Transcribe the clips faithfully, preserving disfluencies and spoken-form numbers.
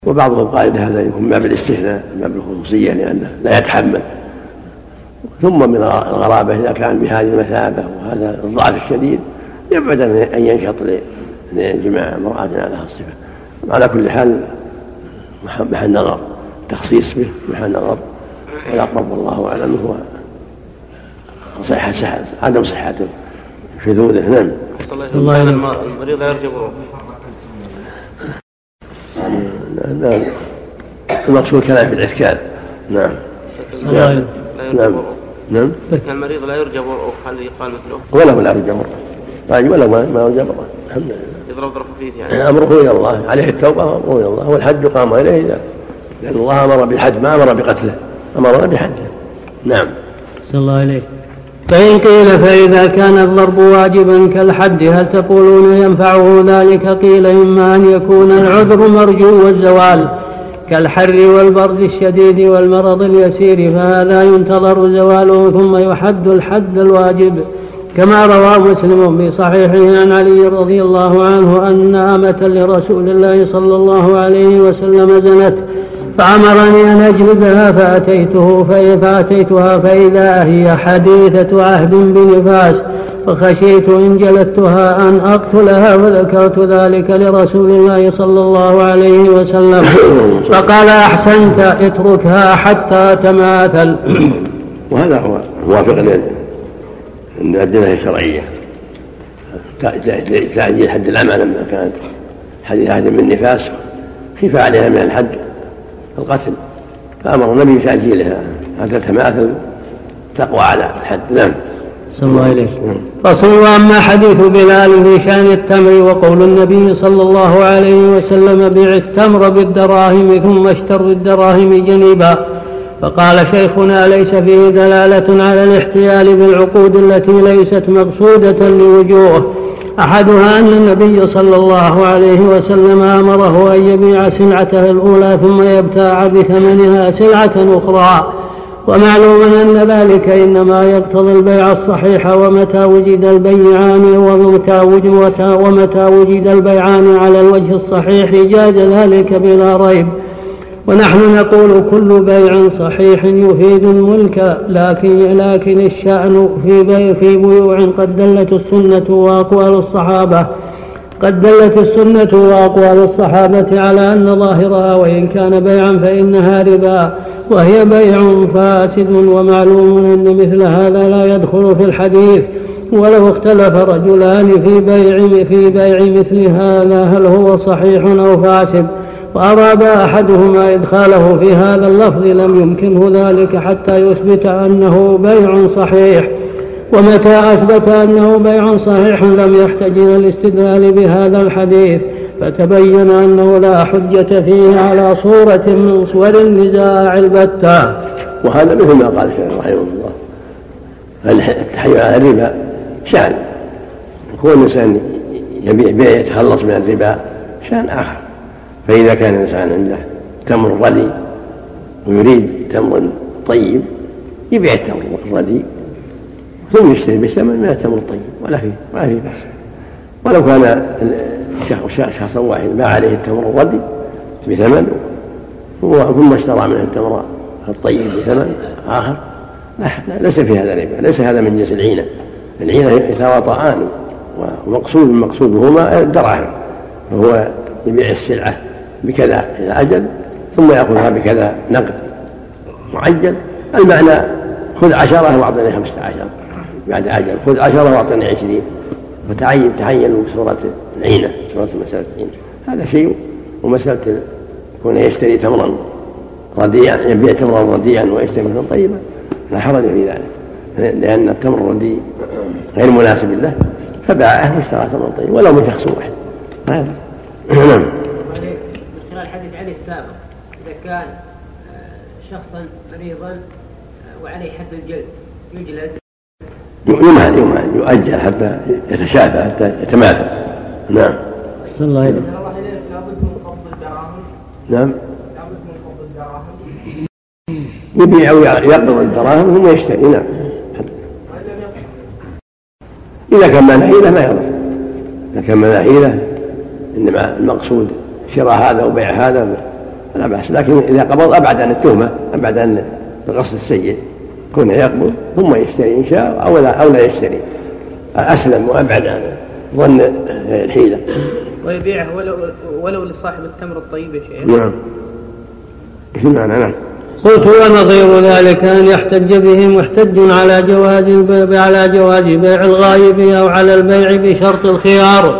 وبعضهم قال هذا يكون باب الاستثناء باب الخصوصية لأنه لا يتحمل. ثم من الغرابة إذا كان بهذه المثابة وهذا الضعف الشديد يبعد أن ينشط لجماع امرأة على الصفة. على كل حال محل نظر، تخصيص به محل نظر، والأقرب والله أعلم هو صحة صحة عدم صحة شذوذه. نعم. الله المريض لا يرجع بروح. نعم المقصود كلام في الإذكار. نعم. نعم. نعم. نعم. كان المريض لا يرجع بروح هل يقال مثله؟ ولا ولا يرجع بروح. طيب ولا ما يرجع بروح. الحمد لله. يضرب ضرب فيه يعني. أمره إلى الله، عليه التوبة وأمره إلى الله، والحد قام إليه ذلك، لأن الله أمر بالحد ما أمر بقتله، أمرنا بحده. نعم. صلى الله عليه. فإن قيل فإذا كان الضرب واجبا كالحد هل تقولون ينفعه ذلك؟ قيل إما أن يكون العذر مرجو والزوال كالحر والبرد الشديد والمرض اليسير فهذا ينتظر زواله ثم يحد الحد الواجب، كما روى مسلم في صحيحه عن علي رضي الله عنه أن أمة لرسول الله صلى الله عليه وسلم زنت فأمرني أن أجلدها فأتيته فأتيتها فإذا هي حديثة عهد بنفاس فخشيت إن جلدتها أن أقتلها فذكرت ذلك لرسول الله صلى الله عليه وسلم فقال أحسنت اتركها حتى تماثل. وهذا هو موافق للأدلة الشرعية، تعجيل حد الأمة لما كانت حديث عهد بالنفاس خف عليها من الحد القتل فأمر النبي بتعجيلها حتى تماثل تقوى على الحد. نعم. صلى الله عليه وسلم. فصل. وأما حديث بلال في شأن التمر وقول النبي صلى الله عليه وسلم بيع التمر بالدراهم ثم اشتر بالدراهم جنيبا، فقال شيخنا ليس فيه دلالة على الاحتيال بالعقود التي ليست مقصودة لوجوه، أحدها أن النبي صلى الله عليه وسلم أمره أن يبيع سلعته الأولى ثم يبتاع بثمنها سلعة أخرى، ومعلوم أن ذلك إنما يقتضي البيع الصحيح ومتى وجد البيعان ومتى وجد البيعان على الوجه الصحيح جاز ذلك بلا ريب. ونحن نقول كل بيع صحيح يفيد الملك، لكن, لكن الشأن في بيع في بيوع قد دلت السنة وأقوال الصحابة قد دلت السنة وأقوال الصحابة على أن ظاهرها وإن كان بيعا فإنها ربا وهي بيع فاسد، ومعلوم أن مثل هذا لا يدخل في الحديث. ولو اختلف رجلان في بيع في بيع مثل هذا هل هو صحيح أو فاسد وأراد أحدهما إدخاله في هذا اللفظ لم يمكنه ذلك حتى يثبت أنه بيع صحيح، ومتى أثبت أنه بيع صحيح لم يحتج إلى الاستدلال بهذا الحديث، فتبين أنه لا حجة فيه على صورة من صور النزاع البتة. وهذا مثل ما قال الشيخ رحمه الله، التحيل على الربا شأن، يكون الإنسان يبيع بيع يتخلص من الربا شأن آخر. فإذا كان الإنسان عنده تمر ردي ويريد تمر طيب يبيع التمر الردي ثم يشتري بالثمن من التمر الطيب ولا فيه ما فيه بس. ولو كان شخصا واحد باع عليه التمر الردي بثمن ثم اشترى منه التمر الطيب بثمن آخر ليس في هذا ربا، ليس هذا من جنس العينة. العينة يتواطئان ومقصود مقصودهما الدراهم، فهو يبيع السلعة بكذا إلى أجل ثم يأخذها بكذا نقد معجل. المعنى خذ عشرة واعطني خمسة عشر بعد أجل، خذ عشرة واعطني عشرين، فتعين تعين بصورة العينة، صورة مسألة العينة. هذا شيء. ومسألة يكون يشتري تمرا رديئا يبيع تمرا رديئا ويشتري تمرا طيبا لا حرج في ذلك، لأن التمر الرديء غير مناسب له فباعه واشترى تمرا طيبا ولو من شخص واحد. هذا نعم. خلال الحديث عن السابق إذا كان شخصا مريضا وعليه حد الجلد يجلد يمهل يمهل يؤجل حتى يتشافى حتى يتماثل. نعم. صلى الله عليه وسلم. نعم. يبيع أو يقبض الدراهم ثم يشتري. نعم. إذا كان مناحيله ما يضر، إذا كان مناحيله إنما المقصود شراء هذا وبيع هذا لا بأس، لكن إذا قبض أبعد عن التهمة، أبعد عن القصد السيء، كون يقبض ثم يشتري إن شاء أو لا, أو لا يشتري، أسلم وأبعد عن ظن الحيلة. ويبيعه ولو, ولو لصاحب التمر الطيب يا شيخ. نعم. إيش معنى؟ نعم. قلت ونظير ذلك أن يحتج به محتج على جواز على جواز بيع الغائب أو على البيع بشرط الخيار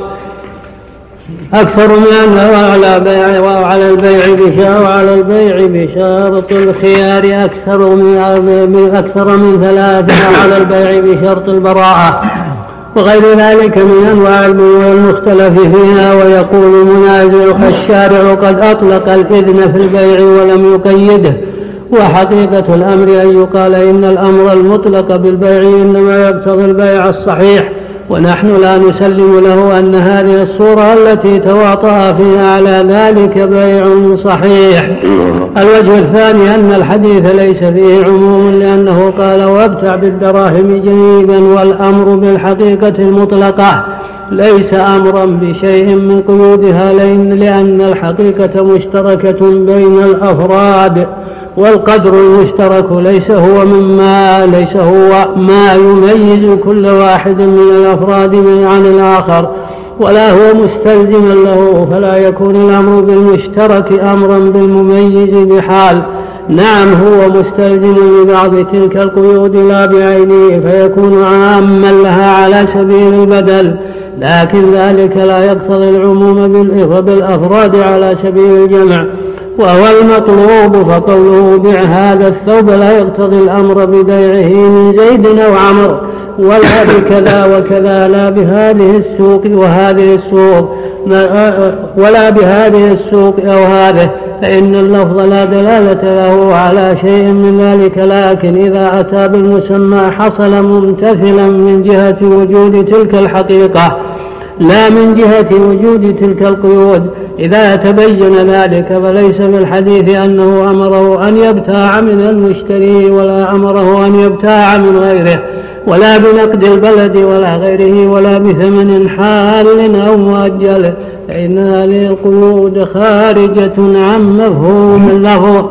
أكثر من أنه على بيع وعلى البيع بشرط وعلى البيع بشرط الخيار أكثر من أكثر من ثلاثة على البيع بشرط البراءة وغير ذلك من أنواع البيوع المختلف فيها. ويقول منازع الشارع قد أطلق الإذن في البيع ولم يقيده، وحقيقة الأمر أن يقال إن الأمر المطلق بالبيع إنما يقتضي البيع الصحيح، ونحن لا نسلم له أن هذه الصورة التي تواطأ فيها على ذلك بيع صحيح. الوجه الثاني أن الحديث ليس فيه عموم، لأنه قال وابتع بالدراهم جنيبا، والأمر بالحقيقة المطلقة ليس أمرا بشيء من قيودها، لأن الحقيقة مشتركة بين الأفراد، والقدر المشترك ليس هو مما ليس هو ما يميز كل واحد من الأفراد عن الآخر، ولا هو مستلزما له، فلا يكون الأمر بالمشترك أمرا بالمميز بحال. نعم هو مستلزم ببعض تلك القيود لا بعينه، فيكون عاما لها على سبيل البدل، لكن ذلك لا يقتضي العموم بالأفراد على سبيل الجمع. وهو المطلوب، فقوله بع هذا الثوب لا يقتضي الأمر ببيعه من زيد أو عمر، ولا بكذا وكذا، لا بهذه السوق وهذه السوق، ولا بهذه السوق أو هذه، فإن اللفظ لا دلالة له على شيء من ذلك. لكن إذا أتى بالمسمى حصل ممتثلا من جهة وجود تلك الحقيقة لا من جهة وجود تلك القيود. إذا تبين ذلك فليس في الحديث أنه أمره أن يبتاع من المشتري، ولا أمره أن يبتاع من غيره، ولا بنقد البلد ولا غيره، ولا بثمن حال أو مؤجل، فإن هذه القيود خارجة عن مفهوم اللفظ.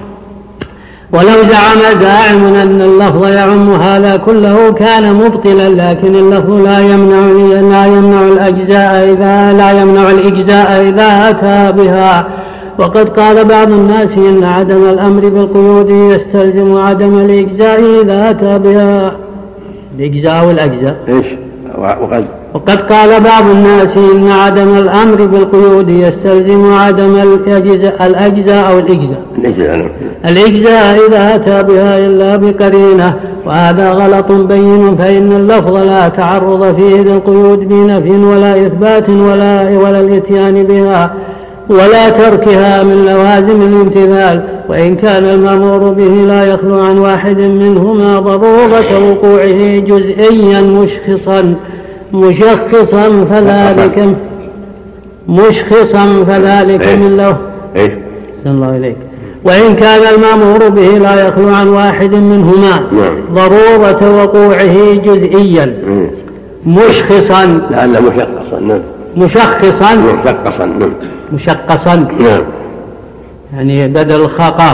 ولو زعم زاعم أن اللفظ يعم هذا كله كان مبطلا، لكن اللفظ لا يمنع لا يمنع الأجزاء إذا لا يمنع الإجزاء إذا أتى بها. وقد قال بعض الناس إن عدم الأمر بالقيود يستلزم عدم الإجزاء إذا أتى بها. الإجزاء والأجزاء إيش؟ وقد وقد قال بعض الناس إن عدم الأمر بالقيود يستلزم عدم الأجزاء الأجزاء أو الإجزاء الإجزاء إذا أتى بها إلا بقرينة، وهذا غلط بين، فإن اللفظ لا تعرض فيه للقيود بنفي ولا إثبات ولا ولا الإتيان بها ولا تركها من لوازم الامتثال. وإن كان المأمور به لا يخلو عن واحد منهما ضرورة وقوعه جزئيا مشخصا مشخصا فذلك مشخصا فذلك من له صلى الله عليك. وإن كان المأمور به لا يخلو عن واحد منهما ضرورة وقوعه جزئيا مشخصا لعل مشخصا مشخصا مشخصا مشخصا نعم يعني بدل الخاقاف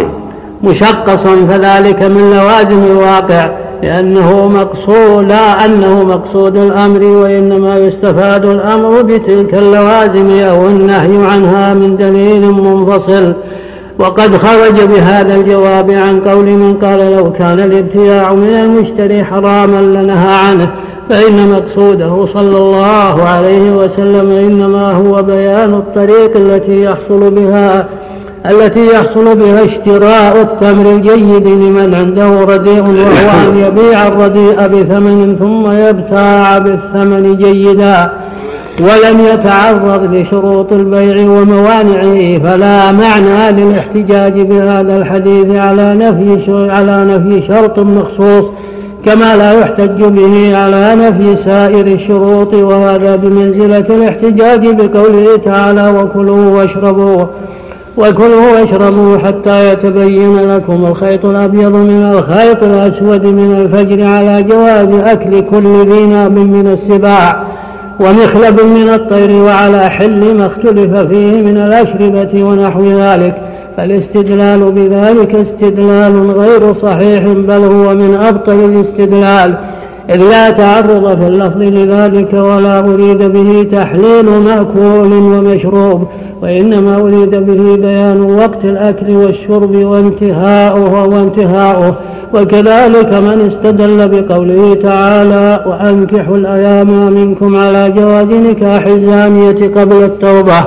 مشخصا فذلك من لوازم الواقع، لأنه مقصود لا أنه مقصود الأمر، وإنما يستفاد الأمر بتلك اللوازم أو النهي عنها من دليل منفصل. وقد خرج بهذا الجواب عن قول من قال لو كان الابتياع من المشتري حراما لنهى عنه، فإن مقصوده صلى الله عليه وسلم إنما هو بيان الطريق التي يحصل بها التي يحصل بها اشتراء التمر الجيد لمن عنده رديء، وهو أن يبيع الرديء بثمن ثم يبتاع بالثمن جيدا ولم يتعرض لشروط البيع وموانعه، فلا معنى للاحتجاج بهذا الحديث على نفي على نفي شرط مخصوص، كما لا يحتج به على نفي سائر الشروط. وهذا بمنزلة الاحتجاج بقوله تعالى وكلوا واشربوا وكلوا واشربوا حتى يتبين لكم الخيط الأبيض من الخيط الأسود من الفجر على جواز أكل كل ذي ناب من السباع. ومخلب من الطير وعلى حل ما اختلف فيه من الأشربة ونحو ذلك، فالاستدلال بذلك استدلال غير صحيح، بل هو من أبطل الاستدلال، إذ لا تعرض في اللفظ لذلك ولا أريد به تحليل مأكول ومشروب، وإنما أريد به بيان وقت الأكل والشرب وانتهاؤه وانتهاؤه وكذلك من استدل بقوله تعالى وأنكحوا الأيام منكم على جواز نكاح الزانية قبل التوبة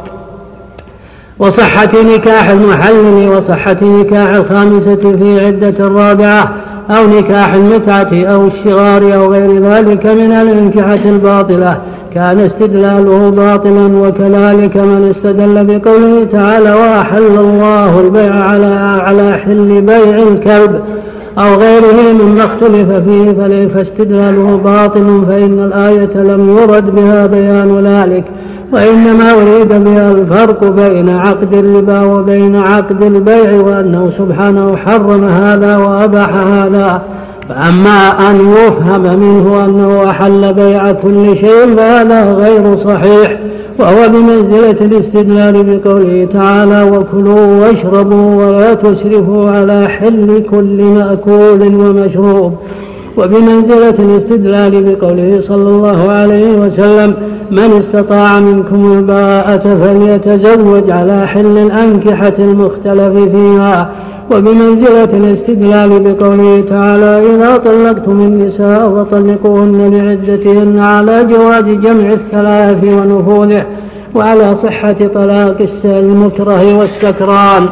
وصحة نكاح المحلل وصحة نكاح الخامسة في عدة الرابعة أو نكاح المتعة أو الشغار أو غير ذلك من الانكحة الباطلة، كان استدلاله باطلا. وكذلك من استدل بقوله تعالى وأحل الله البيع على على حل بيع الكلب أو غيره مما اختلف فيه فاستدلاله باطل، فإن الآية لم يرد بها بيان ذلك، وإنما أريد بها الفرق بين عقد الربا وبين عقد البيع، وأنه سبحانه حرم هذا وأباح هذا. فأما أن يفهم منه أنه أحل بيع كل شيء فهذا غير صحيح، وهو بمنزلة الاستدلال بقوله تعالى وكلوا واشربوا ولا تسرفوا على حل كل مأكول ومشروب، وبمنزلة الاستدلال بقوله صلى الله عليه وسلم من استطاع منكم الباءة فليتزوج على حل الأنكحة المختلف فيها، وبمنزلة الاستدلال بقوله تعالى إذا طلقتم النساء فطلقوهن لعدتهن على جواز جمع الثلاث ونفوذه وعلى صحة طلاق المكره والسكران.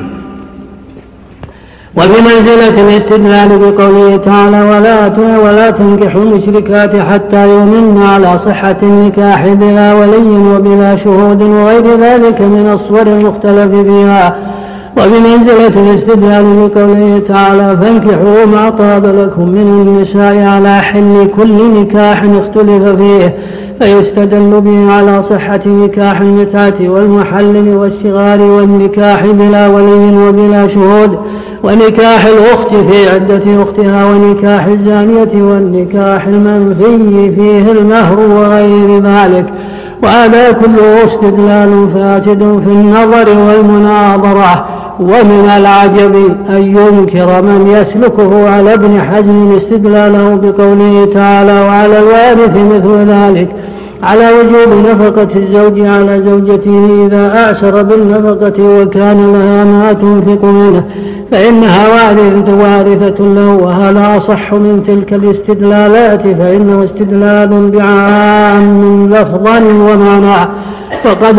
وبمنزلة الاستدلال بقوله تعالى ولا ولا تنكحوا المشركات حتى يؤمنن على صحة النكاح بلا ولي وبلا شهود وغير ذلك من الصور المختلف فيها. وبمنزلة الاستدلال بقوله تعالى فانكحوا ما طاب لكم من النساء على حل كل نكاح اختلف فيه، فيستدل به على صحة نكاح المتعة والمحلل والصغار والنكاح بلا ولي وبلا شهود، ونكاح الأخت في عدة أختها، ونكاح الزانية والنكاح المنفي فيه المهر وغير ذلك. وهذا كله استدلال فاسد في النظر والمناظرة. ومن العجب أن ينكر من يسلكه على ابن حزم استدلاله بقوله تعالى وعلى الوارث مثل ذلك على وجوب نفقة الزوج على زوجته إذا أعسر بالنفقة وكان لها ما تنفق منه فإنها وارثة وارثة له، وهذا أصح من تلك الاستدلالات، فإنه استدلال بعام لفظا ومعنى، وقد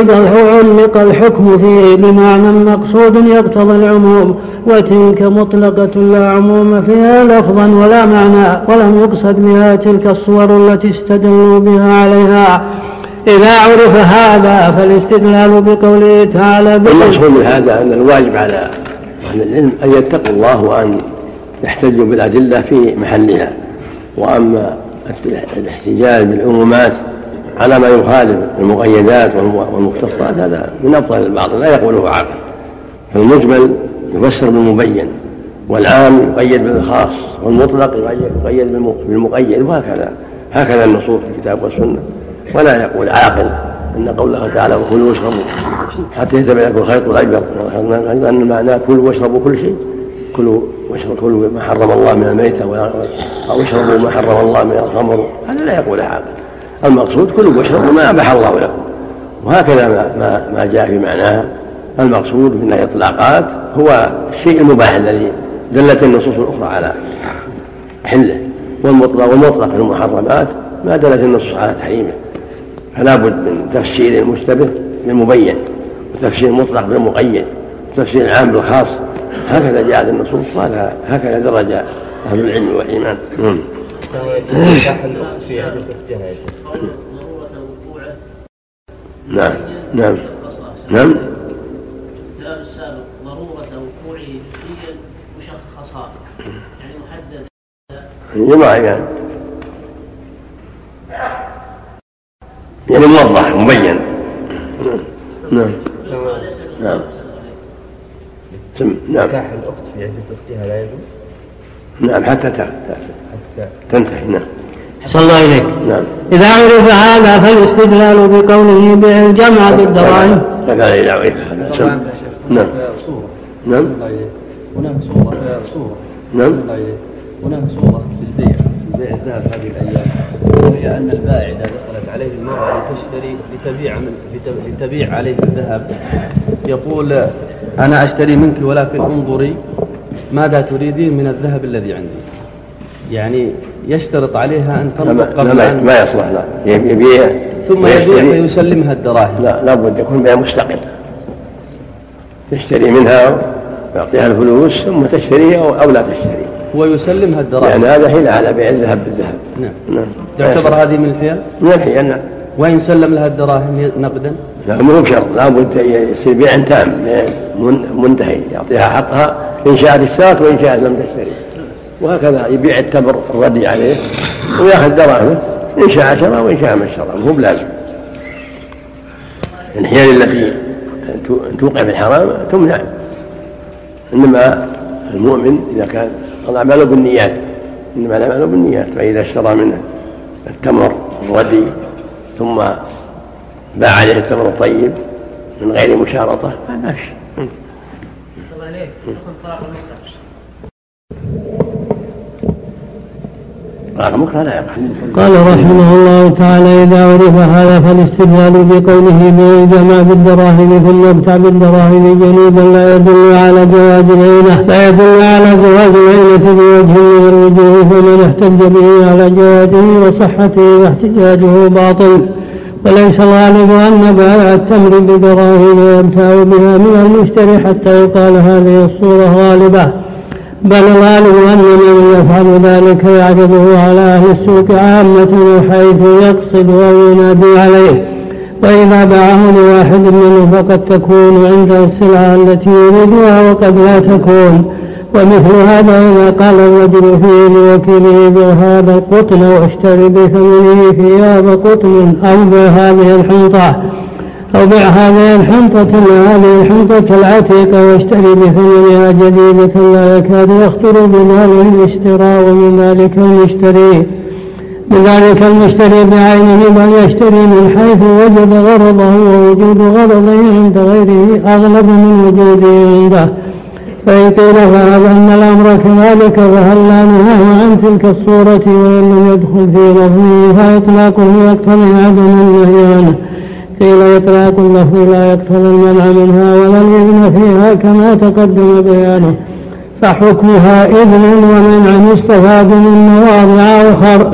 علق الحكم فيه بمعنى مقصود يقتضي العموم، وتلك مطلقة لا عموم فيها لفظا ولا معنى، ولم يقصد بها تلك الصور التي استدلوا بها عليها. إذا عرف هذا فالاستدلال بقوله تعالى المقصود من هذا أن الواجب على أهل العلم أن يتقوا الله وأن يحتجوا بالأدلة في محلها، وأما الاحتجاج بالعمومات على ما يخالف المقيدات والمختصات هذا من أبطال الباطل لا يقوله عاقل، فالمجمل يفسر بالمبين، والعام يقيد بالخاص، والمطلق يقيد بالمقيد، وهكذا هكذا النصوص في الكتاب والسنة. ولا يقول عاقل أن قوله تعالى وكلوا واشربوا حتى يتبع لكم الخيط الأبيض، أن معناه كلوا واشربوا كل شيء، كلوا واشربوا ما حرم الله من الميتة أو اشربوا ما حرم الله من الخمر، هذا لا يقول عاقل. المقصود كلوا واشربوا ما أباح الله لكم، وهكذا ما, ما جاء في معناها. المقصود من الإطلاقات هو الشيء المباح الذي دلت النصوص الأخرى على حله، والمطلق والمطلق في المحرمات ما دلت النصوص على تحريمه، فلا بد من تفسير المشتبه بالمبين، وتفسير المطلق بالمقيد، وتفسير العام بالخاص. هكذا جاءت النصوص، وهذا هكذا درج أهل العلم والإيمان. نعم نعم نعم. الكلام السابق ضرورة وقوعه جزئيا مشخصا يعني محدد جماعة يعني يعني موضح مبين. نعم نعم نعم. نكاح الأخت في عدة أختها لا يجوز؟ نعم حتى تنتهي. نعم صلى الله إليك. نعم. إذا عرف هذا فالاستدلال بقوله بيع الجمع بالدراهم. فقال إذا عرف هذا. نعم. نعم. هناك صورة صورة نعم. هناك صورة في البيع بيع الذهب هذه الأيام، وهي أن البائع إذا دخلت عليه المرأة لتشتري لتبيع من لتبيع عليه الذهب يقول أنا أشتري منك ولكن انظري ماذا تريدين من الذهب الذي عندي، يعني يشترط عليها أن تنطق قبل لا ما يصلح لا يبيع ثم يبيع فيسلمها الدراهم. لا لابد يكون بيع مستقل، تشتري منها ويعطيها الفلوس ثم تشتري أو, أو لا تشتري ويسلمها الدراهم، يعني هذا حيل على بيع الذهب بالذهب. نعم. نعم. تعتبر هذه من الحيل؟ من الحيل. نعم. وإن سلم لها الدراهم نقدا؟ لا مو بشرط، لابد يصير بيع تام منتهي، يعطيها حقها إن شاءت اشترت وإن شاءت لم تشتري، وهكذا يبيع التمر الردي عليه ويأخذ دراهمه إن شاء شرى وإن شاء ما شرى، مو بلازم. الحيل التي توقع في الحرام تمنع، إنما المؤمن إذا كان الأعمال بالنيات، إنما الأعمال بالنيات، فإذا اشترى منه التمر الردي ثم باع عليه التمر الطيب من غير مشارطة ما ماشي. قال رحمه الله تعالى إذا عرف هذا فالاستدلال بقوله بالجمع بالدراهم ثم ابتع بالدراهم جنوبا لا يدل على جواز العينة لا يدل على جواز العينة بوجه من الوجوه، فمن احتج به على جوازه وصحته واحتجاجه باطل، وليس الغالب أن بائع التمر بدراهم يبتاع بها من المشتري حتى يقال هذه الصورة غالبة، بل الغالب أن من يفعل ذلك يعرضه على أهل السوق عامة حيث يقصد أو ينادي عليه، وإذا باعه لواحد منه فقد تكون عنده السلعة التي يريدها وقد لا تكون. ومثل هذا إذا قال الرجل فيه لوكيله بيع هذا القطن واشتري بثمنه ثياب قطن أو بيع هذه الحنطة أو بيع هذه الحنطة هذه الحنطة العتيقة واشتري بثمنها جديدة لا يكاد يخطر بذلك الاشتراء ومن ذلك المشتري بذلك المشتري بعينه، بل يشتري من حيث وجد غرضه، ووجود غرضه عند غيره أغلب من وجوده عنده. فإن قيل فهذا أن الأمر كذلك فهل لا نهاه عن تلك الصورة وإن لم يدخل في لفظه فإطلاقه يقتضي عدم النهي عنه. قيل إطلاق اللفظ لا يقتضي المنع منها ولا الإذن فيها كما تقدم بيانه، فحكمها إذن ومنع يستفاد من مواضع أخر.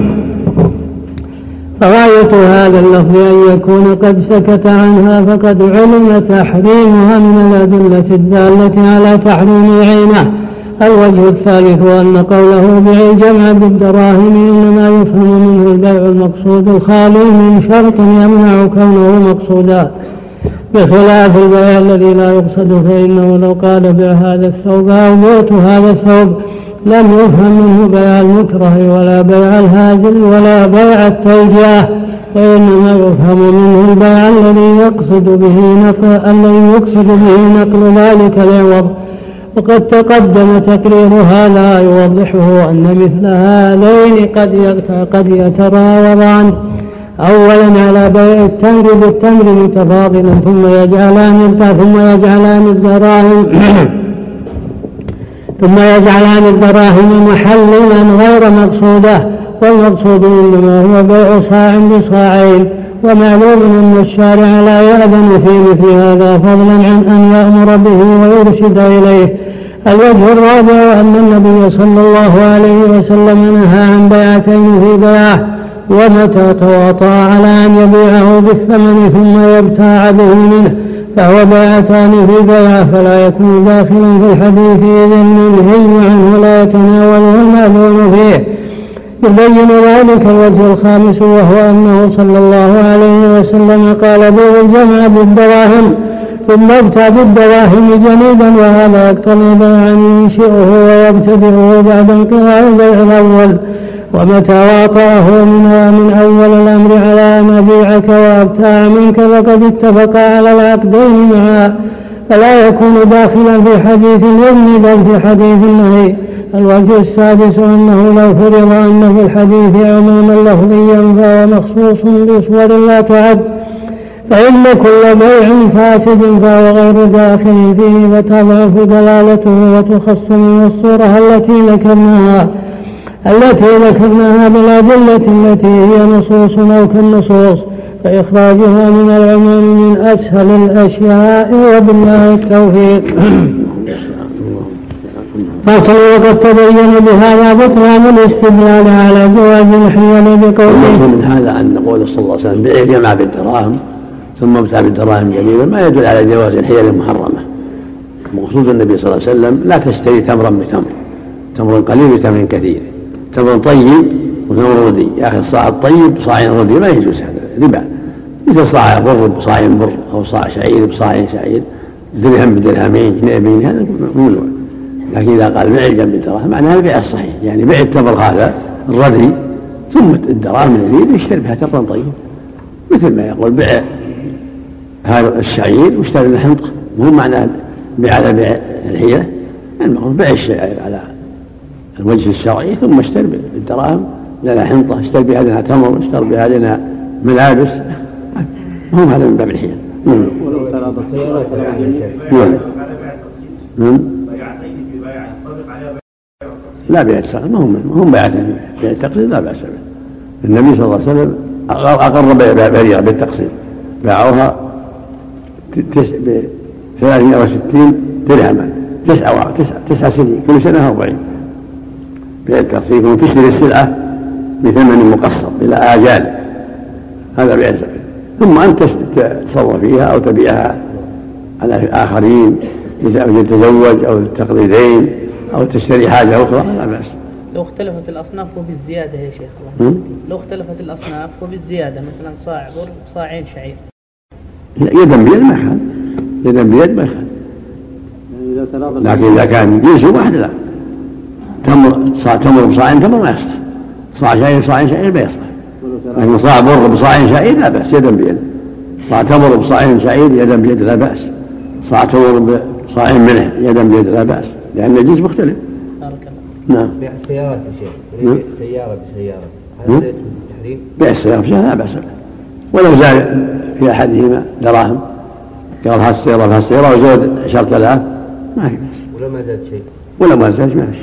فغاية هذا اللفظ أن يكون قد سكت عنها فقد علم تحريمها من الأدلة الدالة على تحريم عينه. الوجه الثالث أن قوله بيع الجمع بالدراهم إنما يفهم منه البيع المقصود الخالي من شرط يمنع كونه مقصودا، بخلاف البيع الذي لا يقصد، فإنه لو قال بيع هذا الثوب أو بيعت هذا الثوب لم يفهم منه بيع المكره ولا بيع الهازل ولا بيع التوجيه، وإنما يفهم منه البيع الذي يقصد به نقل الذي يقصد به نقل ذلك العوض. وقد تقدم تقرير هذا يوضحه أن مثل هذين قد قد يتراوضان، أولا على بيع التمر بالتمر متفاضلا ثم يجعلان ثم يجعلان الدراهم ثم يجعلان الدراهم محللا غير مقصودة، والمقصود إنما هو بيع صاع بصاعين، ومعلوم أن الشارع لا يأذن في مثل هذا فضلا عن أن يأمر به ويرشد إليه. الوجه الرابع أن النبي صلى الله عليه وسلم نهى عن بيعتين في بيعه، ومتى تواطأ على أن يبيعه بالثمن ثم يبتاع به منه فهو بيعتان في بيعه، فلا يكون داخلا في الحديث إذ المنهي عنه لا يتناوله المأذون فيه. يبين ذلك الوجه الخامس وهو أنه صلى الله عليه وسلم قال بيع الجمع بالدراهم ثم ابتع بالدراهم جنيدا، وهذا يقتضي بيعا ينشئه ويبتدئه بعد انقضاء البيع الأول، ومتى واطأه منها من أول الأمر على أن أبيعك وأبتاع منك فقد اتفقا على العقدين معا، فلا يكون داخلا في حديث الإذن بل في حديث النهي. الوجه السادس أنه لو فرض أن في الحديث عموما لفظيا فهو مخصوص بصور لا تعد، فإن كل بيع فاسد فهو غير داخل فيه فتضعف دلالته وتخص من الصورة التي ذكرناها التي ذكرناها بالأدلة التي هي نصوص أو كالنصوص، فإخراجها من العموم من أسهل الأشياء، وبالله التوفيق. فصل. وقد تبين بهذا بطلان الاستدلال على جواز الحيل بقوله. من هذا أن قول صلى الله عليه وسلم بيع جمع بالدراهم ثم ابتاع بالدراهم جميلا ما يدل على جواز الحيل المحرمة. مقصود النبي صلى الله عليه وسلم لا تشتري تمرا بتمر، تمر قليل بتمر كثير، تمر طيب وتمر ردي، ياخذ صاع الطيب بصاع ردي، ما يجوز هذا ربا. مثل صاع بر بصاع بر أو صاع شعير بصاع شعير، درهم بدرهمين جنيه، هذا ممنوع. لكن إذا قال بيع جنب الدراهم معناها البيع الصحيح، يعني بيع التمر هذا الردي ثم الدراهم الذي يشتري بها تمرا طيب، مثل ما يقول بيع هذا الشعير واشتري الحنطة، مو معنى بيع على بيع الحيلة، المقصود بيع الشعير على الوجه الشرعي ثم اشتري بالدراهم لنا حنطة، اشتري بها لنا تمر، اشتري بها لنا ملابس، هم هذا من باب الحيل. ولو تراضى السيارات لا بيع السلام، ما هم هم بيعتين بيع التقسيط لا بأس به. النبي صلى الله عليه وسلم أقر بريرة بالتقسيط، باعوها بثلاثمائة وستين درهما تسعة تسعة سنين، كل سنة أربعين بيع التقسيط، وتشتري السلعة بثمن مقسط إلى آجال، هذا بيع الزكاة. ثم أنت تتصرف فيها أو تبيعها على آخرين، إذا تتزوج أو تقضي أو تشتري حاجة أخرى لا بأس. لو اختلفت الأصناف بالزيادة يا شيخ الله. لو اختلفت الأصناف بالزيادة مثلا صاع بر صاعين شعير، يدا بيد ما يخالف، يدا بيد ما يخالف، لكن إذا كان جنس واحد لا، تمر صاع تمر بصاعين تمر ما يصلح، صاع شعير صاعين شعير ما يصلح، لكن صاع بر بصاعين شعير لا بأس يدا بيد، صاع تمر بصاعين شعير يدا بيد لا بأس، صاع تمر بصاعين ملح يدا بيد لا بأس، لأن الجنس مختلف. نعم. بيع السيارات يا شيخ، بيع سيارة بسيارة، هل ليس بالتحريم؟ بيع السيارة بسيارة لا بأس به، ولو زاد في أحدهما دراهم، قال هذه السيارة هذه السيارة وزاد عشرة آلاف ما في بأس. ولا ما زاد شيء؟ ولا ما زاد ما في.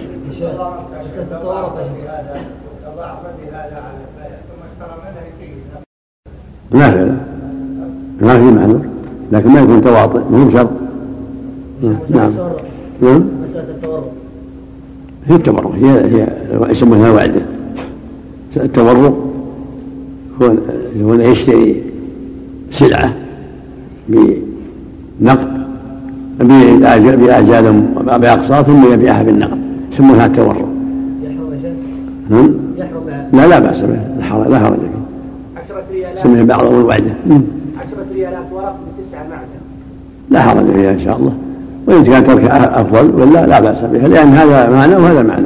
ما في لا ما في معلوم، لكن ما يكون تواطئ مو شرط. نعم. نعم. مسألة التورط هي التورط، هي هي يسمونها وعده. التورط هو هو يشتري سلعة بنقد بآجال بأقساط ثم يبيعها بالنقد، يسمونها التورط. يحرم يا شيخ؟ يحرم لا لا بأس به، لا حرج فيه. عشرة ريالات يسمونها بعضهم الوعدة. عشرة ريالات ورق بتسعة معدن، لا حرج فيها إن شاء الله، وإن كان تركها أفضل ولا لا بأس بها، لأن هذا معنى وهذا معنى.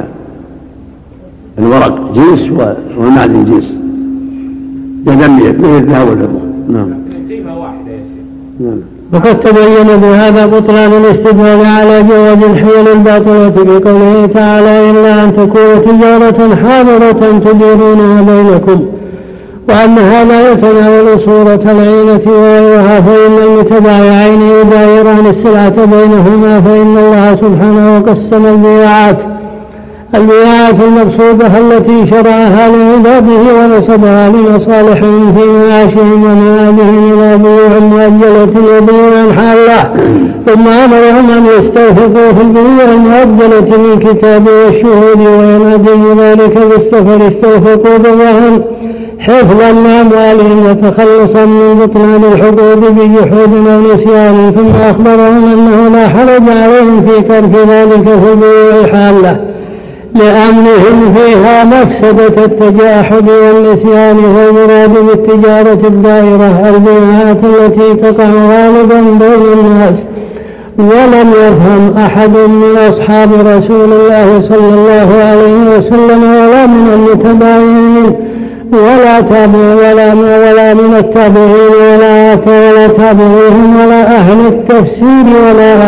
الورق جنس والمعدن جنس، يدم بيد مثل الذهب والفضة. نعم. قيمة واحدة يا شيخ. نعم. وقد تبين بهذا بطلان الاستدلال على جواز الحيل الباطلة بقوله تعالى إلا أن تكون تجارة حاضرة تديرونها بينكم، وأن هذا يتناول صورة العينة وغيرها، فإن المتبايعين يدايران السلعة بينهما، فإن الله سبحانه قسم البيعات البيعات المقصودة التي شرعها لعباده ونسبها لمصالحهم في معاشهم ومآلهم إلى بيوع مؤجلة وبيوع حالة، ثم أمرهم أن يستوثقوا في البيوع المؤجلة من كتاب والشهود، وينادي ذلك بالسفر استوثقوا بالرهن حفظا لأموالهم وتخلصا من بطلان الحقوق بجحود أو نسيان، ثم أخبرهم أنه لا حرج عليهم في ترك ذلك في البيوع الحالة لأمنهم فيها مفسدة التجاحد والنسيان. والمراد بالتجارة الدائرة البيعات التي تقع غالبا بين الناس، ولم يفهم أحد من أصحاب رسول الله صلى الله عليه وسلم ولا من المتبايعين ولا تابع ولا ولا من التابعين ولا ولا تابعيهم ولا أهل التفسير ولا أئمة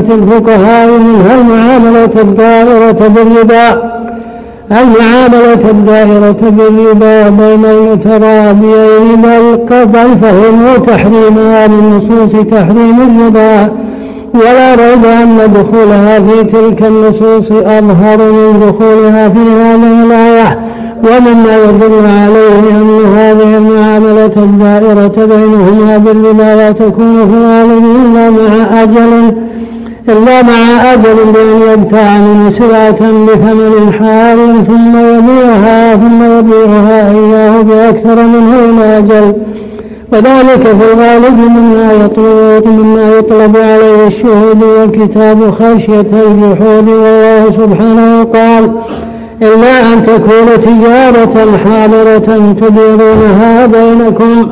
أئمة الفقهاء منها المعاملة الدائرة بالربا المعاملة الدائرة بالربا بين المترابيين بل فهموا تحريمها من نصوص تحريم الربا، ولا ريب أن دخولها في تلك النصوص أظهر من دخولها في هذه الآية. ومما يدل عليه أن هذه المعاملة الدائرة بينهما بالربا لا تكون في الغالب إلا مع أجل إلا مع أجل بأن يبتاع من سلعة بثمن حال ثم يبيعها ثم يبيعها إياه بأكثر منه إلى أجل، وذلك في الغالب مما يطلب مما يطلب عليه الشهود والكتاب خشية الجحود. والله سبحانه قال: إلا أن تكون تجارة حاضرة تديرونها بينكم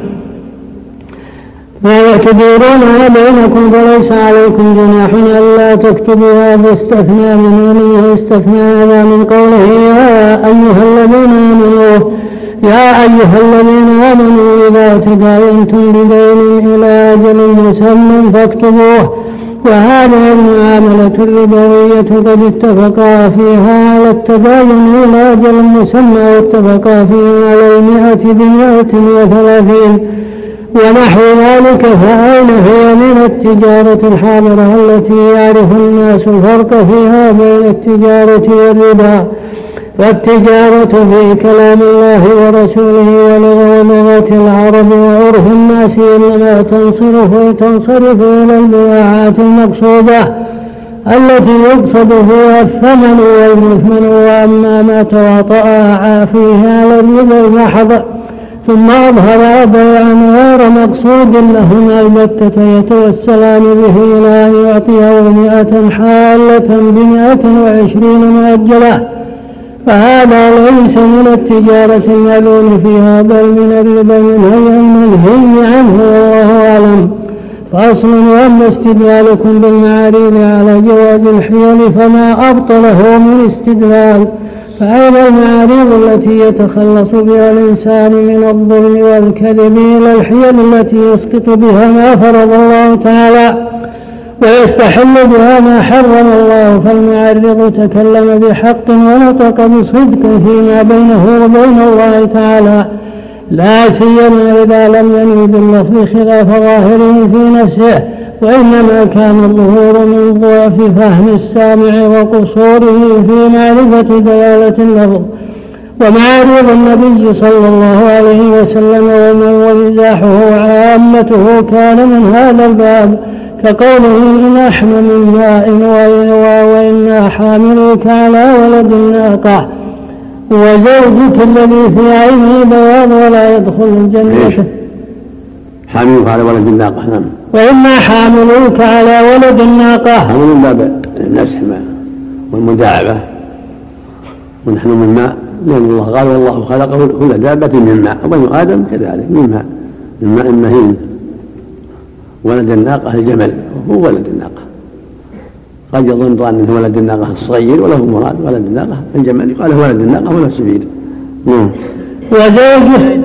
تديرونها بينكم فليس عليكم جناح ألا تكتبوها فاستثنى من وليه استثنى هذا من قوله: يا أيها الذين آمنوا يا أيها الذين آمنوا إذا تداينتم بدين إلى أجل مسمى فاكتبوه. وهذه المعاملة الربوية قد اتفقا فيها على التداين إلى أجل مسمى واتفقا فيها على المئة بمئة وثلاثين ونحو ذلك، فأين هي من التجارة الحاضرة التي يعرف الناس الفرق فيها بين التجارة والربا؟ فالتجارة في كلام الله ورسوله ولغة العرب وعرف الناس إنما تنصرف تنصرف إلى البياعات المقصودة التي يقصد فيها الثمن والمثمن، وأما ما تواطأ فيه على الربا المحض ثم أظهر بيعا غير مقصود لهما البتة يتوسلان به إلى أن يعطيه مئة حالة بمئة وعشرين مؤجلة، فهذا ليس من التجارة المأذون فيها بل من الربا المنهي عنه والله أعلم. فأصل: وأما استدلالكم بالمعاريض على جواز الحيل فما أبطله من استدلال، فأيضا المعاريض التي يتخلص بها الإنسان من الظلم والكذب إلى الحيل التي يسقط بها ما فرض الله تعالى ويستحل بها ما حرم الله، فالمعرض تكلم بحق ونطق بصدق فيما بينه وبين الله تعالى، لا سيما إذا لم ينوي باللفظ خلاف ظاهره في نفسه، وإنما كان الظهور من ضعف فهم السامع وقصوره في معرفة دلالة اللفظ. ومعارض النبي صلى الله عليه وسلم ومزاحه عامته كان من هذا الباب، كقوله: نحن من ماء وإنا حاملوك على ولد الناقة، وزوجك الذي في عينه بياض ولا يدخل الجنة. حاملوك على ولد الناقة. نعم. وإنا حاملوك على ولد الناقة. حامل من باب النسح والمداعبة. ونحن من ماء، لأن الله قال: والله خلقه كل دابة من ماء، وبنو آدم كذلك من ماء من ماء مهين. ولد الناقة الجمل وهو ولد الناقة، قد يظن ظان أنه ولد الناقة الصغير وله مراد ولد الناقة الجمل، يقال ولد الناقة ولا سبيل. وزوجه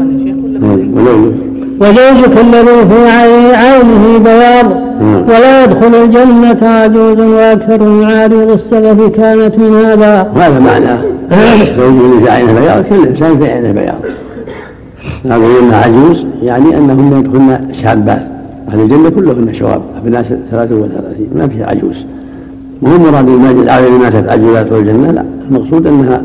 وزوجك الذي في عينه بياض ولا يدخل الجنة عجوز. وأكثر المعارض السلف كانت من هذا. وهذا معناه زوجه في عينه بياض كل إنسان في عينه بياض. هذا إنها عجوز يعني أنهن يدخلن شابات، أهل الجنة كلهن شواب أبناء ثلاثة وثلاثين، ما فيها عجوز. وهو مراد المجد على ماتت عجوزات الجنة، لا، المقصود أنها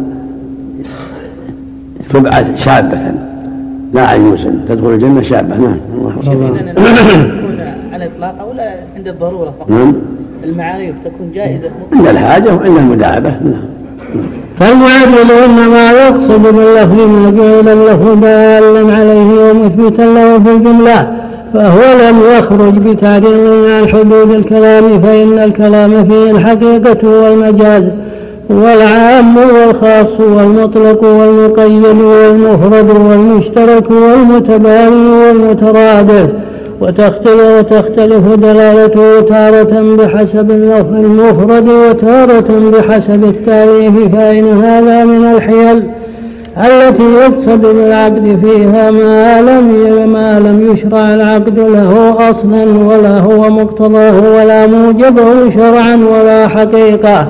تبعث شابة لا عجوزا تدخل الجنة شابة. نعم. الله على إطلاق أو لا عند الضرورة فقط؟ نعم. المعاريف تكون جائزة عند الحاجة وعند المداعبة. نعم. فالمعرض إنما يقصد باللفظ ما جعل اللفظ دالا عليه ومثبتا له في الجملة، فهو لم يخرج بتعديل عن حدود الكلام، فإن الكلام فيه الحقيقة والمجاز والعام والخاص والمطلق والمقيد والمفرد والمشترك والمتباين والمترادف، وتختلف دلالته تارة بحسب اللفظ المفرد وتارة بحسب التعريف، فإن هذا من الحيل التي يقصد بالعقد فيها ما لم ما لم يشرع العقد له أصلا ولا هو مقتضاه ولا موجبه شرعا ولا حقيقة.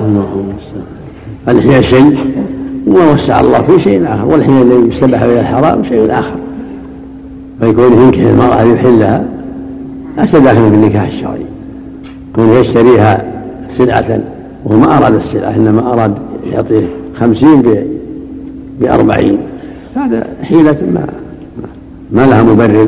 الحياة شيء ووسع الله في شيء آخر، والحين الذي يستبح إلى الحرام شيء آخر، فيكون ينكح المرأة يحلها ليس داخلا في النكاح الشرعي، يكون يشتريها سلعة وهو ما أراد السلعة إنما أراد يعطيه خمسين بأربعين، هذا حيلة ما, ما لها مبرر،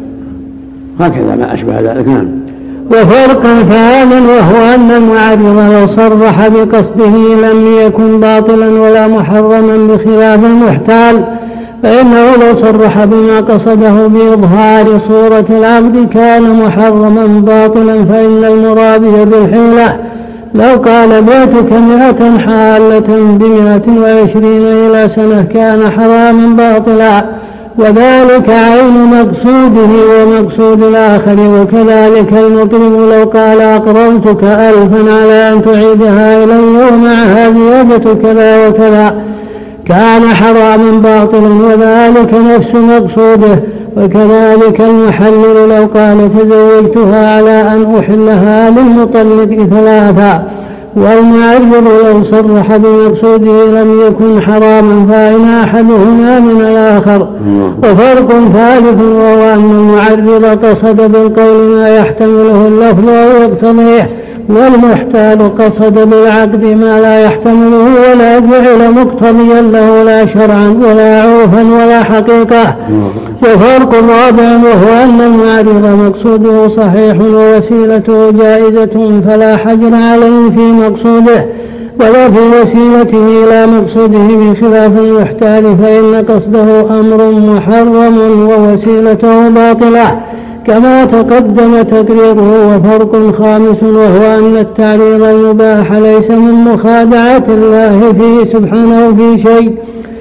هكذا ما أشبه ذلك. نعم. وفرق ثانٍ وهو أن المعرض لو صرح بقصده لم يكن باطلا ولا محرما بخلاف المحتال، فإنه لو صرح بما قصده بإظهار صورة العبد كان محرما باطلا، فإن المرابي بالحيلة لو قال بيتك مئة حالة بمئة وعشرين إلى سنة كان حراما باطلا، وذلك عين مقصوده ومقصود الآخر. وكذلك المطلب لو قال أقرضتك ألفا على أن تعيدها إلي ومعها زيادة كذا وكذا كان حراما باطلا، وذلك نفس مقصوده. وكذلك المحلل لو قال تزوجتها على أن أحلها للمطلق ثلاثا، والمعرض لو صرح بمقصوده لم يكن حراما، فإن أحدهما من الآخر. وفرق ثالث وهو أن المعرض قصد بالقول ما يحتمله اللفظ أو يقتضيه، والمحتال قصد بالعقد ما لا يحتمله ولا جعل مقتضيا له لا شرعا ولا عرفا ولا حقيقة. وفرق رابع وهو أن المعرض مقصوده صحيح ووسيلته جائزة فلا حجر عليه في مقصوده ولا في وسيلته إلى مقصوده، بخلاف المحتال فإن قصده أمر محرم ووسيلته باطلة كما تقدم تقريره. وفرق خامس وهو أن التعريض المباح ليس من مخادعة الله فيه سبحانه في شيء،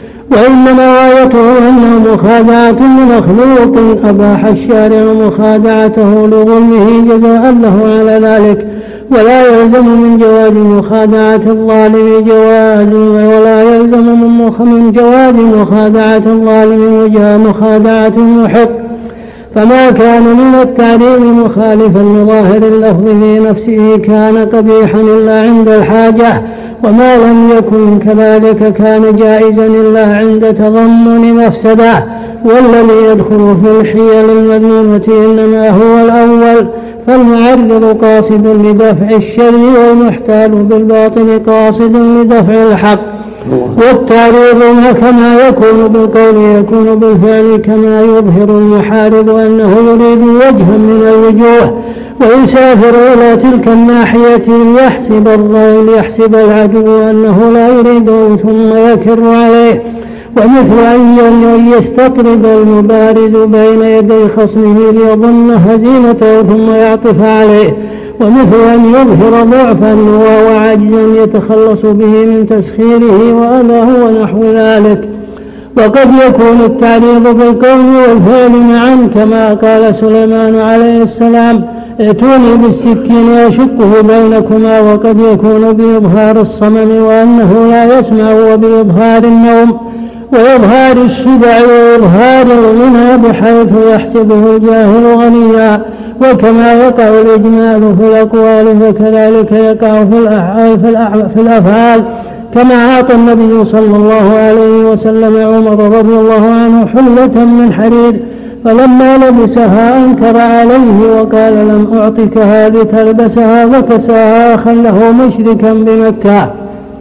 وإنما غايته أنه مخادعة لمخلوق أباح الشارع مخادعته لظلمه جزاء له على ذلك، ولا يلزم من جواز مخادعة الظالم جواز ولا يلزم من جواز مخادعة الظالم وجاء مخادعة المحق. فما كان من التعريض مخالفا لظاهر اللفظ في نفسه كان قبيحا إلا عند الحاجة، وما لم يكن كذلك كان جائزا إلا عند تضمن مفسدة. والذي يدخل في الحيل المذمومة إنما هو الأول، فالمعرض قاصد لدفع الشر والمحتال بالباطل قاصد لدفع الحق. والتعريض كما يكون بالقول يكون بالفعل، كما يظهر المحارب أنه يريد وجها من الوجوه ويسافر إلى تلك الناحية ليحسب الضيل يحسب العدو أنه لا يريده ثم يكر عليه، ومثل أن يستطرد المبارز بين يدي خصمه ليظن هزيمته ثم يعطف عليه، ومثل أن يظهر ضعفا وعجزا يتخلص به من تسخيره وأذاه ونحو ذلك. وقد يكون التعريض بالقول والفعل معا، كما قال سليمان عليه السلام ائتوني بالسكين أشقه بينكما، وقد يكون بإظهار الصمم وأنه لا يسمع، وبإظهار النوم وإظهار الشبع وإظهار الغنى بحيث يحسبه الجاهل غنيا، وكما يقع الإجمال في الأقوال فكذلك يقع في الأفعال، كما أعطى النبي صلى الله عليه وسلم عمر رضي الله عنه حلة من حرير فلما لبسها أنكر عليه وقال لم أعطكها لتلبسها، وكساها أخا له مشركا بمكة.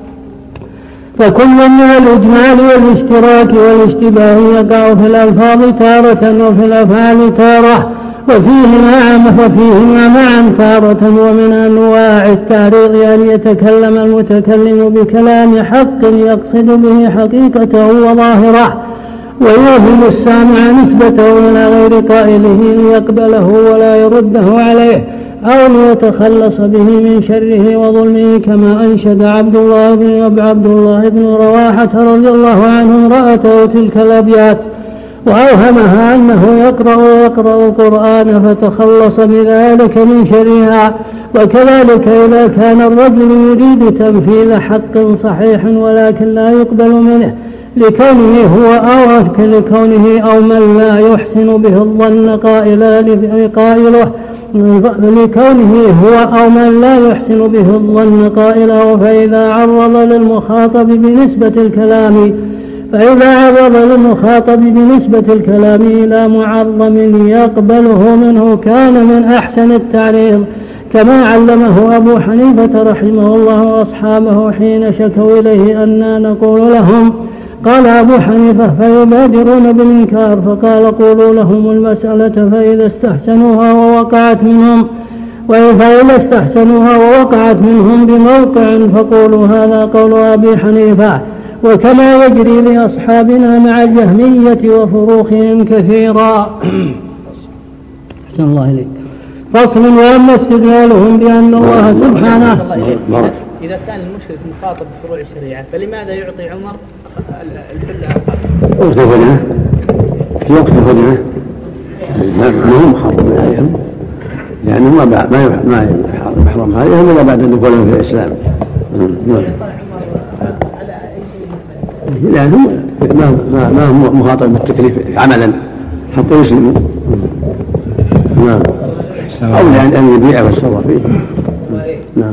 فكل من الإجمال والاشتراك والاشتباه يقع في الألفاظ تارة وفي الأفعال تارة، وفيهما ففيهما معا تارة. ومن أنواع التعريض أن يتكلم المتكلم بكلام حق يقصد به حقيقته وظاهره، ويوهم السامع نسبته إلى غير قائله ليقبله ولا يرده عليه أو ليتخلص به من شره وظلمه، كما أنشد عبد الله بن عبد الله بن رواحة رضي الله عنه امرأته تلك الأبيات وأوهمها أنه يقرأ يقرأ القرآن فتخلص بذلك من شرها. وكذلك إذا كان الرجل يريد تنفيذ حق صحيح ولكن لا يقبل منه لكونه هو أو لكونه أو من لا يحسن به الظن قائلا قائله لكونه هو أو من لا يحسن به الظن قائله فإذا عرض للمخاطب بنسبة الكلام فإذا عرض للمخاطب بنسبة الكلام إلى معظم يقبله منه كان من أحسن التعريض كما علمه أبو حنيفة رحمه الله وأصحابه حين شكوا إليه أننا نقول لهم. قال أبو حنيفة فيبادرون بالإنكار فقال قولوا لهم المسألة فإذا استحسنوها ووقعت منهم فإذا استحسنوها ووقعت منهم بموقع فقولوا هذا قول أبي حنيفة وكما يجري لأصحابنا مع الجهمية وفروخهم كثيرا. أحسن الله إليك. فصل. وأما استدلالهم بأن الله سبحانه إذا كان المشرك مخاطب بفروع الشريعة فلماذا يعطي عمر الحلة وقت الفتنة في وقت الفتنة ما هم محرم عليهم لأنه ما ما ما يحرم عليهم إلا بعد دخولهم في الإسلام لأنهم ما ما ما هم مخاطب بالتكليف عملا حتى يسلموا نعم أو لأن أن يبيع ويتصرف فيه نعم.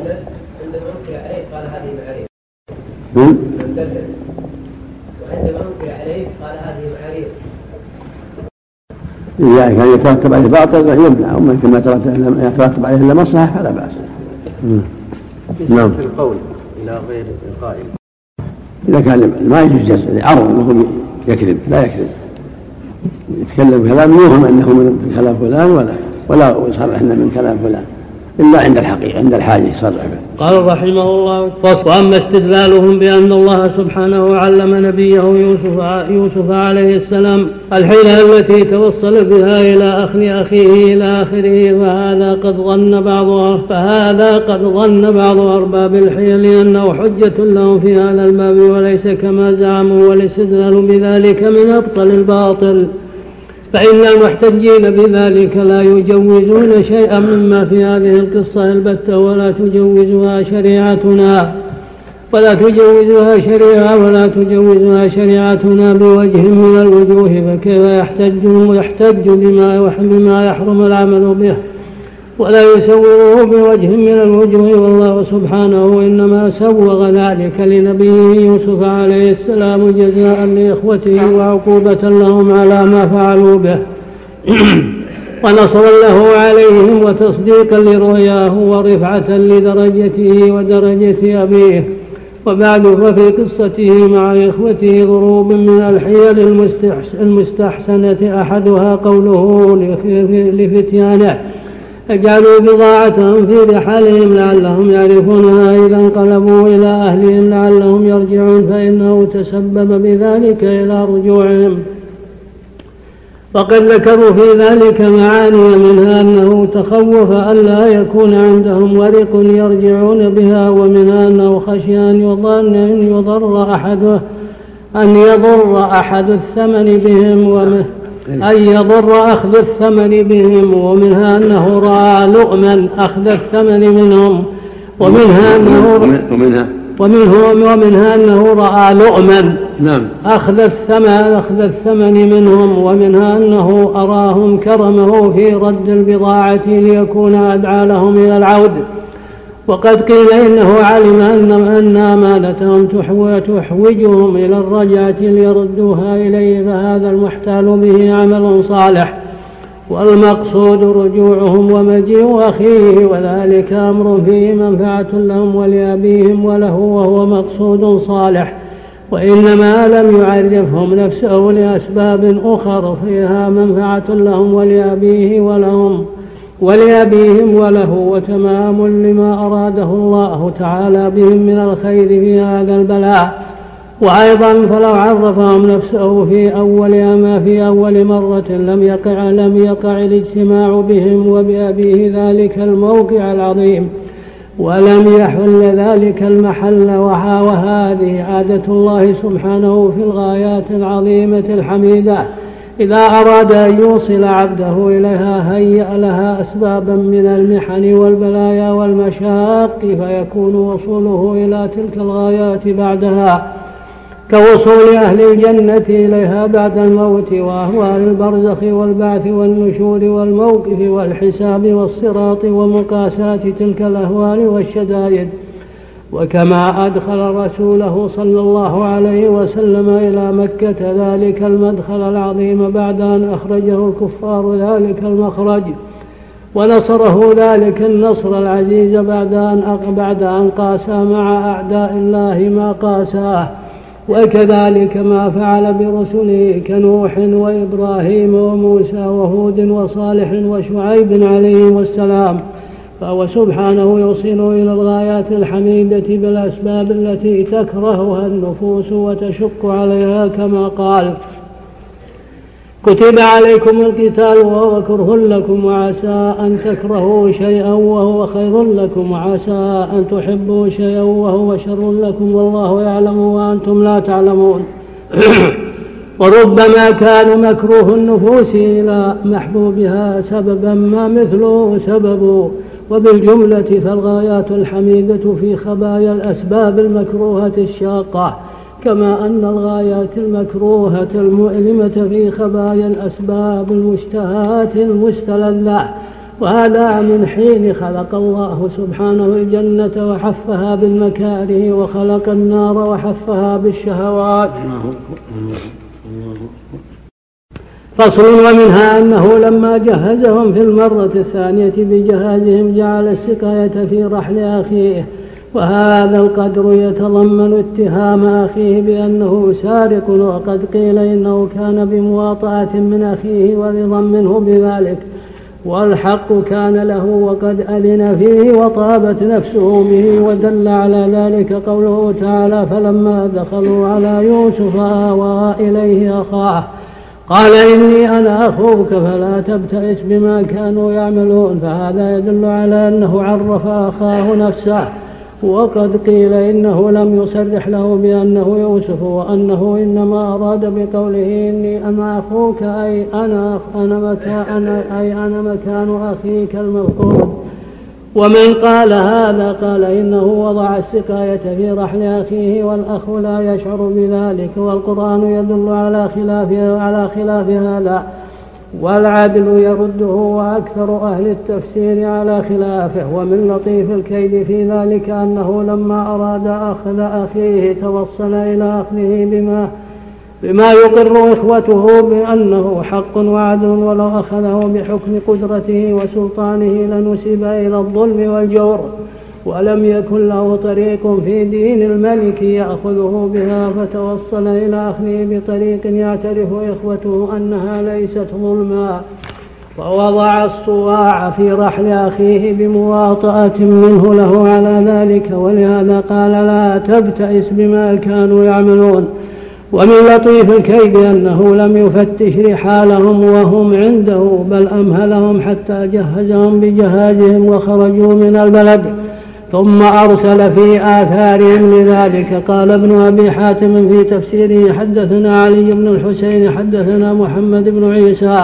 من دلس وعندما أنكر عليه قال هذه معاريض إذا كان يترتب عليه باطل يمنع أما كما يترتب عليه إلا مصلحة فلا بأس. نعم. في القول إلى غير القائل إذا كان ما يجوز عرض أنه يكذب لا يكذب يتكلم كلام يوهم أنه من كلام فلان ولا ولا يصرح أنه من كلام فلان إلا عند الحقيقة عند الحاجة يصرح به. قال رحمه الله. وأما استدلالهم بأن الله سبحانه علم نبيه يوسف, يوسف عليه السلام الحيلة التي توصل بها إلى أخذ أخيه إلى آخره فهذا قد ظن بعض فهذا قد ظن بعض أرباب الحيل أنه حجة لهم في هذا الباب وليس كما زعموا والاستدلال بذلك من أبطل الباطل فإن المحتجين بذلك لا يجوزون شيئا مما في هذه القصة البتة ولا تجوزها شريعتنا ولا تجوزها شريعة ولا تجوزها شريعتنا بوجه من الوجوه فكيف يحتج يحتج بما بما يحرم العمل به ولا يسوغه بوجه من الوجوه والله سبحانه إنما سوغ ذلك لنبيه يوسف عليه السلام جزاء لإخوته وعقوبة لهم على ما فعلوا به ونصرا له عليهم وتصديقا لرؤياه ورفعة لدرجته ودرجة أبيه. وبعد ففي قصته مع إخوته ضروب من الحيل المستحسنة أحدها قوله لفتيانه اجعلوا بضاعتهم في رحالهم لعلهم يعرفونها إذا انقلبوا إلى أهلهم لعلهم يرجعون فإنه تسبب بذلك إلى رجوعهم. وقد ذكروا في ذلك معاني منها أنه تخوف ألا يكون عندهم ورق يرجعون بها ومنها أنه خشي أن يضر, أن يضر أحد أن يضر أحد الثمن بهم ومه أن يضر أخذ الثمن بهم ومنها أنه رأى لؤما أخذ الثمن منهم ومنها أنه ومنها ومنه ومنها أنه رأى لؤما نعم أخذ الثمن أخذ الثمن منهم ومنها أنه أراهم كرمه في رد البضاعة ليكون أدعى لهم إلى العود. وقد قيل إنه علم أن أمانتهم تحوجهم إلى الرجعة ليردوها إليه فهذا المحتال به عمل صالح والمقصود رجوعهم ومجيء أخيه وذلك أمر فيه منفعة لهم ولأبيهم وله وهو مقصود صالح وإنما لم يعرفهم نفسه لأسباب أخرى فيها منفعة لهم ولأبيه ولهم ولأبيهم وله وتمام لما أراده الله تعالى بهم من الخير في هذا البلاء. وأيضا فلو عرفهم نفسه في أول ما في أول مرة لم يقع لم يقع الاجتماع بهم وبأبيه ذلك الموقع العظيم ولم يحل ذلك المحل وهذه عادة الله سبحانه في الغايات العظيمة الحميدة إذا أراد أن يوصل عبده إليها هيأ لها أسبابا من المحن والبلايا والمشاق فيكون وصوله إلى تلك الغايات بعدها كوصول أهل الجنة إليها بعد الموت وأهوال البرزخ والبعث والنشور والموقف والحساب والصراط ومقاسات تلك الأهوال والشدائد. وكما أدخل رسوله صلى الله عليه وسلم إلى مكة ذلك المدخل العظيم بعد أن أخرجه الكفار ذلك المخرج، ونصره ذلك النصر العزيز بعد أن بعد أن قاسى مع أعداء الله ما قاساه، وكذلك ما فعل برسله كنوح وإبراهيم وموسى وهود وصالح وشعيب عليهم السلام. فهو سبحانه يوصل إلى الغايات الحميدة بالأسباب التي تكرهها النفوس وتشق عليها، كما قال: كتب عليكم القتال وهو كره لكم وعسى أن تكرهوا شيئا وهو خير لكم وعسى أن تحبوا شيئا وهو شر لكم والله يعلم وأنتم لا تعلمون. وربما كان مكروه النفوس إلى محبوبها سببا ما مثله سبب. وبالجملة فالغايات الحميدة في خبايا الأسباب المكروهة الشاقة، كما أن الغايات المكروهة المؤلمة في خبايا الأسباب المشتهاة المستلذة. وهذا من حين خلق الله سبحانه الجنة وحفها بالمكاره، وخلق النار وحفها بالشهوات. فصل. ومنها أنه لما جهزهم في المرة الثانية بجهازهم جعل السقاية في رحل أخيه، وهذا القدر يتضمن اتهام أخيه بأنه سارق، وقد قيل إنه كان بمواطأة من أخيه ورضا منه بذلك، والحق كان له وقد أذن فيه وطابت نفسه به. ودل على ذلك قوله تعالى: فلما دخلوا على يوسف آوى إليه أخاه قال إني أنا أخوك فلا تبتئس بما كانوا يعملون. فهذا يدل على أنه عرف أخاه نفسه، وقد قيل إنه لم يصرح له بأنه يوسف، وأنه إنما أراد بقوله إني أنا أخوك أي أنا, أنا, مكان أي أنا مكان أخيك المفقود. ومن قال هذا قال إنه وضع السقاية في رحل أخيه والأخ لا يشعر بذلك، والقرآن يدل على خلاف على خلاف هذا، والعدل يرده وأكثر أهل التفسير على خلافه. ومن لطيف الكيد في ذلك أنه لما أراد أخذ أخيه توصل إلى أخذه بما بما يقر إخوته بأنه حق وعدل، ولو أخذه بحكم قدرته وسلطانه لنسب إلى الظلم والجور، ولم يكن له طريق في دين الملك يأخذه بها، فتوصل إلى أخذه بطريق يعترف إخوته أنها ليست ظلما، فوضع الصواع في رحل أخيه بمواطأة منه له على ذلك، ولهذا قال لا تبتئس بما كانوا يعملون. ومن لطيف الكيد أنه لم يفتش رحالهم وهم عنده، بل أمهلهم حتى جهزهم بجهازهم وخرجوا من البلد، ثم أرسل في آثارهم لذلك. قال ابن أبي حاتم في تفسيره: حدثنا علي بن الحسين حدثنا محمد بن عيسى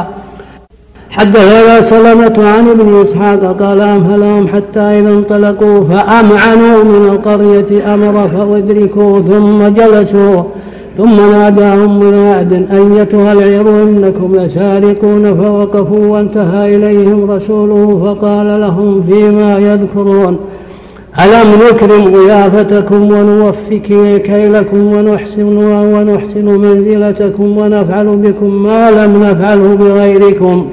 حدثنا سلمة عن ابن إسحاق قال أمهلهم حتى إذا انطلقوا فأمعنوا من القرية أمر فأدركوا ثم جلسوا، ثم ناداهم مناد أيتها العير إنكم لسارقون، فوقفوا وانتهى إليهم رسوله فقال لهم فيما يذكرون: ألم نكرم ضيافتكم ونوفك كيلكم ونحسن, ونحسن منزلتكم ونفعل بكم ما لم نفعله بغيركم،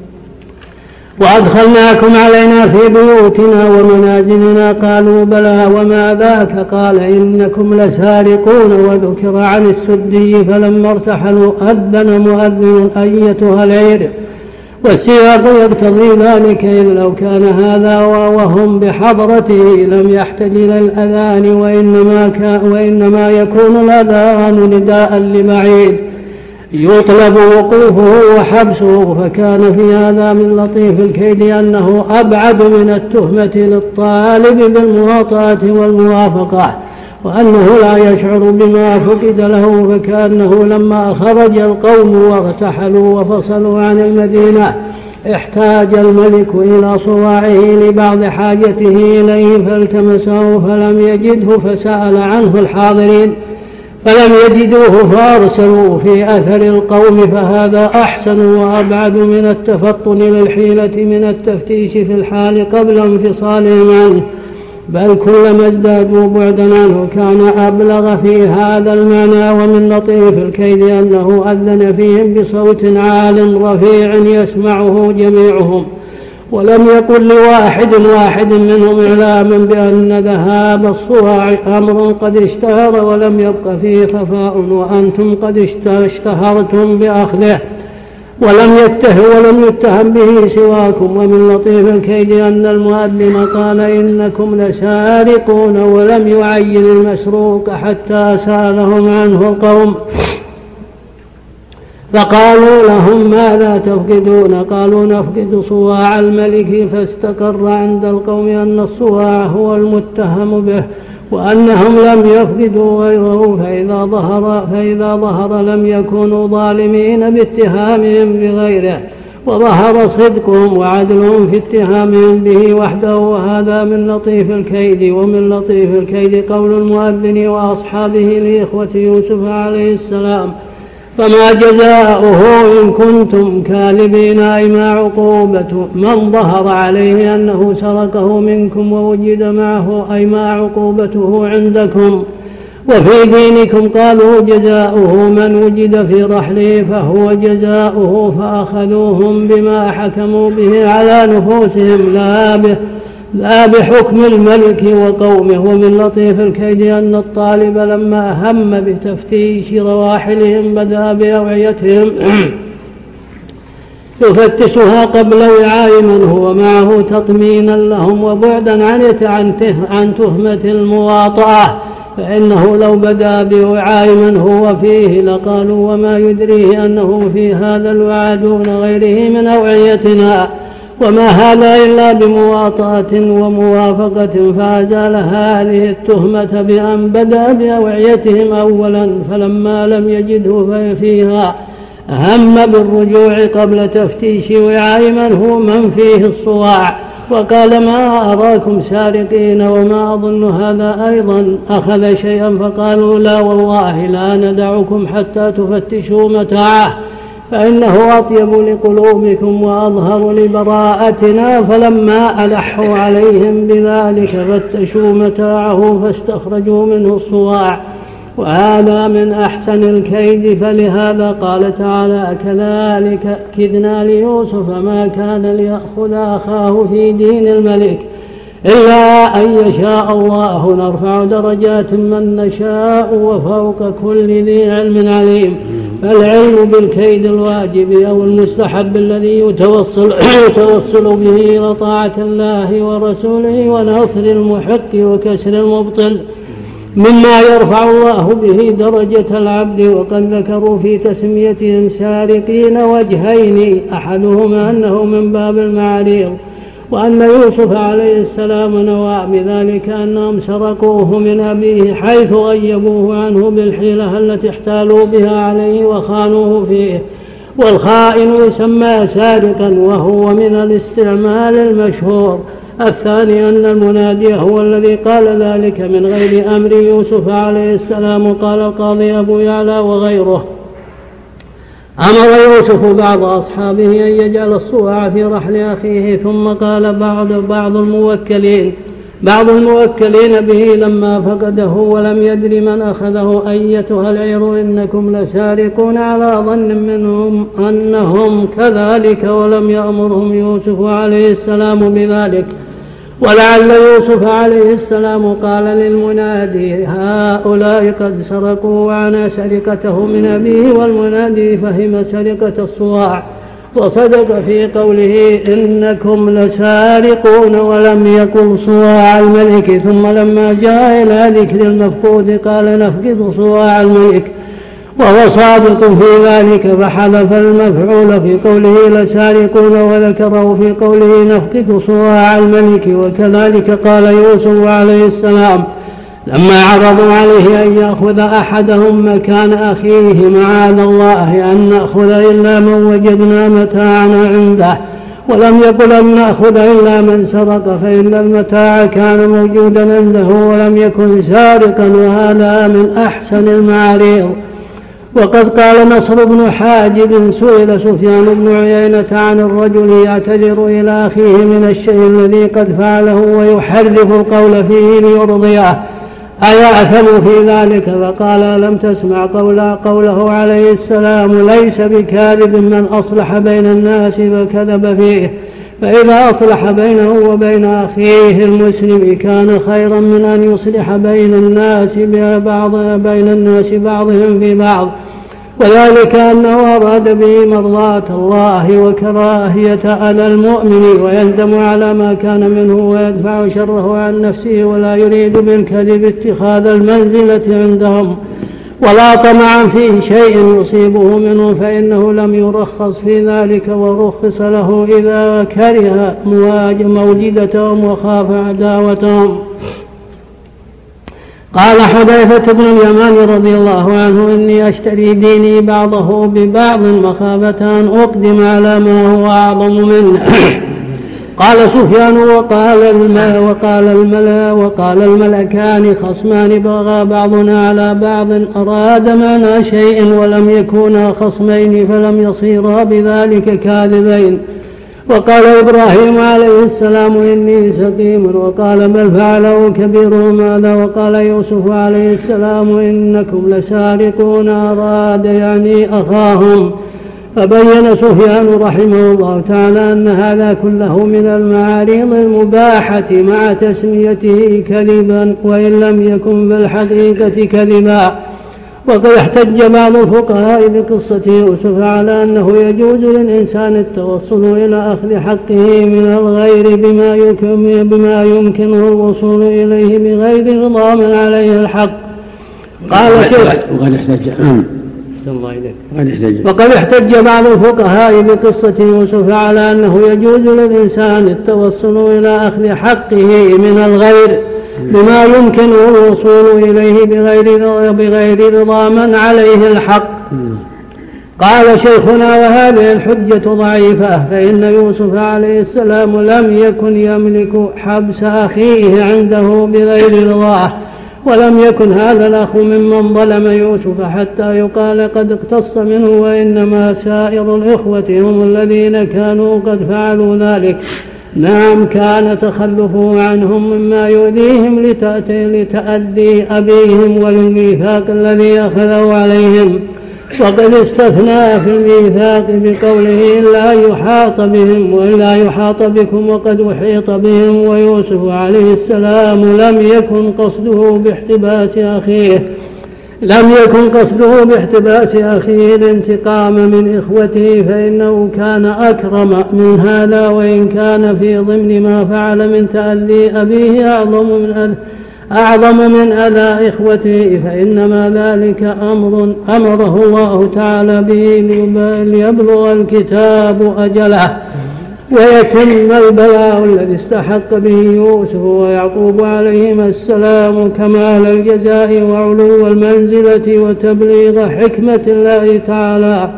وأدخلناكم علينا في بيوتنا ومنازلنا؟ قالوا بلى وما ذاك؟ قال إنكم لسارقون. وذكر عن السدي فلما ارتحلوا أذن مؤذن أيتها العير، والسياق يقتضي ذلك، إذ لو كان هذا وهم بحضرته لم يحتج إلى الأذان، وإنما, كان وإنما يكون الأذان نداء لبعيد يطلب وقوفه وحبسه. فكان في هذا من لطيف الكيد أنه أبعد من التهمة للطالب بالمواطأة والموافقة، وأنه لا يشعر بما فقد له، فكأنه لما خرج القوم وارتحلوا وفصلوا عن المدينة احتاج الملك إلى صواعه لبعض حاجته إليه فالتمسه فلم يجده، فسأل عنه الحاضرين فلم يجدوه فأرسلوا في أثر القوم، فهذا أحسن وأبعد من التفطن للحيلة من التفتيش في الحال قبل انفصالهم عنه، بل كلما ازدادوا بعدا عنه كان أبلغ في هذا المعنى. ومن لطيف الكيد أنه أذن فيهم بصوت عال رفيع يسمعه جميعهم، ولم يقل لواحد واحد منهم إعلاما بأن ذهاب الصواع أمر قد اشتهر ولم يبق فيه خفاء، وأنتم قد اشتهرتم بأخذه ولم يتهم ولم يتهم به سواكم. ومن لطيف الكيد أن المؤذن قال إنكم لسارقون ولم يعين المسروق حتى سألهم عنه القوم، فقالوا لهم ماذا تفقدون؟ قالوا نفقد صواع الملك، فاستقر عند القوم أن الصواع هو المتهم به، وأنهم لم يفقدوا غيره، فإذا ظهر, فإذا ظهر لم يكونوا ظالمين باتهامهم بغيره، وظهر صدقهم وعدلهم في اتهامهم به وحده. وهذا من لطيف الكيد. ومن لطيف الكيد قول المؤذن وأصحابه لإخوة يوسف عليه السلام: فما جزاؤه إن كنتم كاذبين، أي ما عقوبته من ظهر عليه أنه سرقه منكم ووجد معه، أي ما عقوبته عندكم وفي دينكم. قالوا جزاؤه من وجد في رحله فهو جزاؤه، فأخذوهم بما حكموا به على نفوسهم لا به لا بحكم الملك وقومه. ومن لطيف الكيد أن الطالب لما هم بتفتيش رواحلهم بدأ بأوعيتهم يفتشها قبل وعاء من هو معه تطمينا لهم وبعدا عن تهمة المواطأة، فإنه لو بدأ بوعاء من هو فيه لقالوا وما يدريه أنه في هذا الوعاء دون غيره من أوعيتنا، وما هذا إلا بمواطأة وموافقة. فأزال هذه التهمة بأن بدأ بأوعيتهم أولا، فلما لم يجده فيها هم بالرجوع قبل تفتيش وعاء من هو من فيه الصواع، وقال ما أراكم سارقين وما أظن هذا أيضا أخذ شيئا، فقالوا لا والله لا ندعكم حتى تفتشوا متاعه، فإنه أطيب لقلوبكم وأظهر لبراءتنا. فلما ألحوا عليهم بذلك فتشوا متاعه فاستخرجوا منه الصواع، وهذا من أحسن الكيد. فلهذا قال تعالى كذلك كدنا ليوسف ما كان ليأخذ أخاه في دين الملك إلا أن يشاء الله نرفع درجات من نشاء وفوق كل ذي علم عليم. فالعلم بالكيد الواجب أو المستحب الذي يتوصل, يتوصل به إلى طاعة الله ورسوله ونصر المحق وكسر المبطل مما يرفع الله به درجة العبد. وقد ذكروا في تسميتهم سارقين وجهين، أحدهما أنه من باب المعاريض، وأن يوسف عليه السلام نوى بذلك أنهم سرقوه من أبيه حيث غيبوه عنه بالحيلة التي احتالوا بها عليه وخانوه فيه، والخائن يسمى سارقا وهو من الاستعمال المشهور. الثاني أن المنادي هو الذي قال ذلك من غير أمر يوسف عليه السلام. قال القاضي أبو يعلى وغيره أمر يوسف بعض أصحابه أن يجعل الصواع في رحل أخيه، ثم قال بعض بعض الموكلين بعض الموكلين به لما فقده ولم يدر من أخذه أيتها العير إنكم لسارقون، على ظن منهم أنهم كذلك ولم يأمرهم يوسف عليه السلام بذلك. ولعل يوسف عليه السلام قال للمنادي هؤلاء قد سرقوا وعنى سرقته من أبيه، والمنادي فهم سرقة الصواع وصدق في قوله إنكم لسارقون ولم يقل صواع الملك. ثم لما جاء إلى ذكر المفقود قال نفقد صواع الملك وهو صادق في ذلك، فحذف المفعول في قوله لسارقون وذكره في قوله نفقد صواع الملك. وكذلك قال يوسف عليه السلام لما عرضوا عليه أن يأخذ أحدهم مكان أخيه معاذ الله أن نأخذ إلا من وجدنا متاعنا عنده، ولم يقل أن نأخذ إلا من سرق، فإن المتاع كان موجودا عنده ولم يكن سارقا، وهذا من أحسن المعاريض. وقد قال نصر بن حاجب سئل سفيان بن عيينة عن الرجل يعتذر إلى أخيه من الشيء الذي قد فعله ويحرف القول فيه ليرضيه أيأثم في ذلك؟ فقال ألم تسمع قوله, قوله عليه السلام ليس بكاذب من أصلح بين الناس فكذب فيه، فإذا أصلح بينه وبين أخيه المسلم كان خيرا من أن يصلح بين الناس بعض بين الناس بعضهم في بعض، وذلك أنه أراد به مرضاة الله وكراهية أذى المؤمن، ويندم على ما كان منه ويدفع شره عن نفسه، ولا يريد بالكذب اتخاذ المنزلة عندهم ولا طمعا في شيء يصيبه منه، فإنه لم يرخص في ذلك، ورخص له إذا كره موجدتهم وخاف عداوتهم. قال حذيفة بن اليمان رضي الله عنه إني أشتري ديني بعضه ببعض مخافة أن أقدم على ما هو أعظم منه. قال سفيان وقال الملأ وقال الملأ وقال الملكان خصمان بغى بعضنا على بعض أراد معنا شيء ولم يكونا خصمين فلم يصيرا بذلك كاذبين. وقال إبراهيم عليه السلام إني سقيم، وقال بل فعله كبيرهم هذا. وقال يوسف عليه السلام إنكم لسارقون، أراد يعني أخاهم. فبين سفيان رحمه الله تعالى أن هذا كله من المعاريض المباحة مع تسميته كذبا وإن لم يكن بالحقيقة كذبا. وقد احتج بعض الفقهاء بقصة يوسف على أنه يجوز للإنسان التوصل إلى أخذ حقه من الغير بما يمكن بما يمكنه الوصول إليه بغير نظام عليه الحق. قال شيخ وقد احتج وقد احتج بعض الفقهاء بقصة يوسف على أنه يجوز للإنسان التوصل إلى أخذ حقه من الغير بما يمكن الوصول إليه بغير بغير نظام عليه الحق. قال شيخنا وهذه الحجة ضعيفة، فإن يوسف عليه السلام لم يكن يملك حبس أخيه عنده بغير رضاه، ولم يكن هذا الأخ ممن ظلم يوسف حتى يقال قد اقتص منه، وإنما سائر الإخوة هم الذين كانوا قد فعلوا ذلك. نعم كان تخلفه عنهم مما يؤذيهم لتأدي أبيهم وللميثاق الذي أخذوا عليهم، وقد استثنى في الميثاق بقوله إلا يحاط بهم وإلا يحاط بكم وقد أحيط بهم. ويوسف عليه السلام لم يكن قصده باحتباس أخيه لم يكن قصده باحتباس أخيه الانتقام من إخوته، فإنه كان أكرم من هذا، وإن كان في ضمن ما فعل من تأذي أبيه أعظم من أذى أعظم من أذى إخوته، فإنما ذلك أمر أمره الله تعالى به ليبلغ الكتاب أجله ويتم البلاء الذي استحق به يوسف ويعقوب عليهما السلام كمال الجزاء وعلو المنزلة وتبليغ حكمة الله تعالى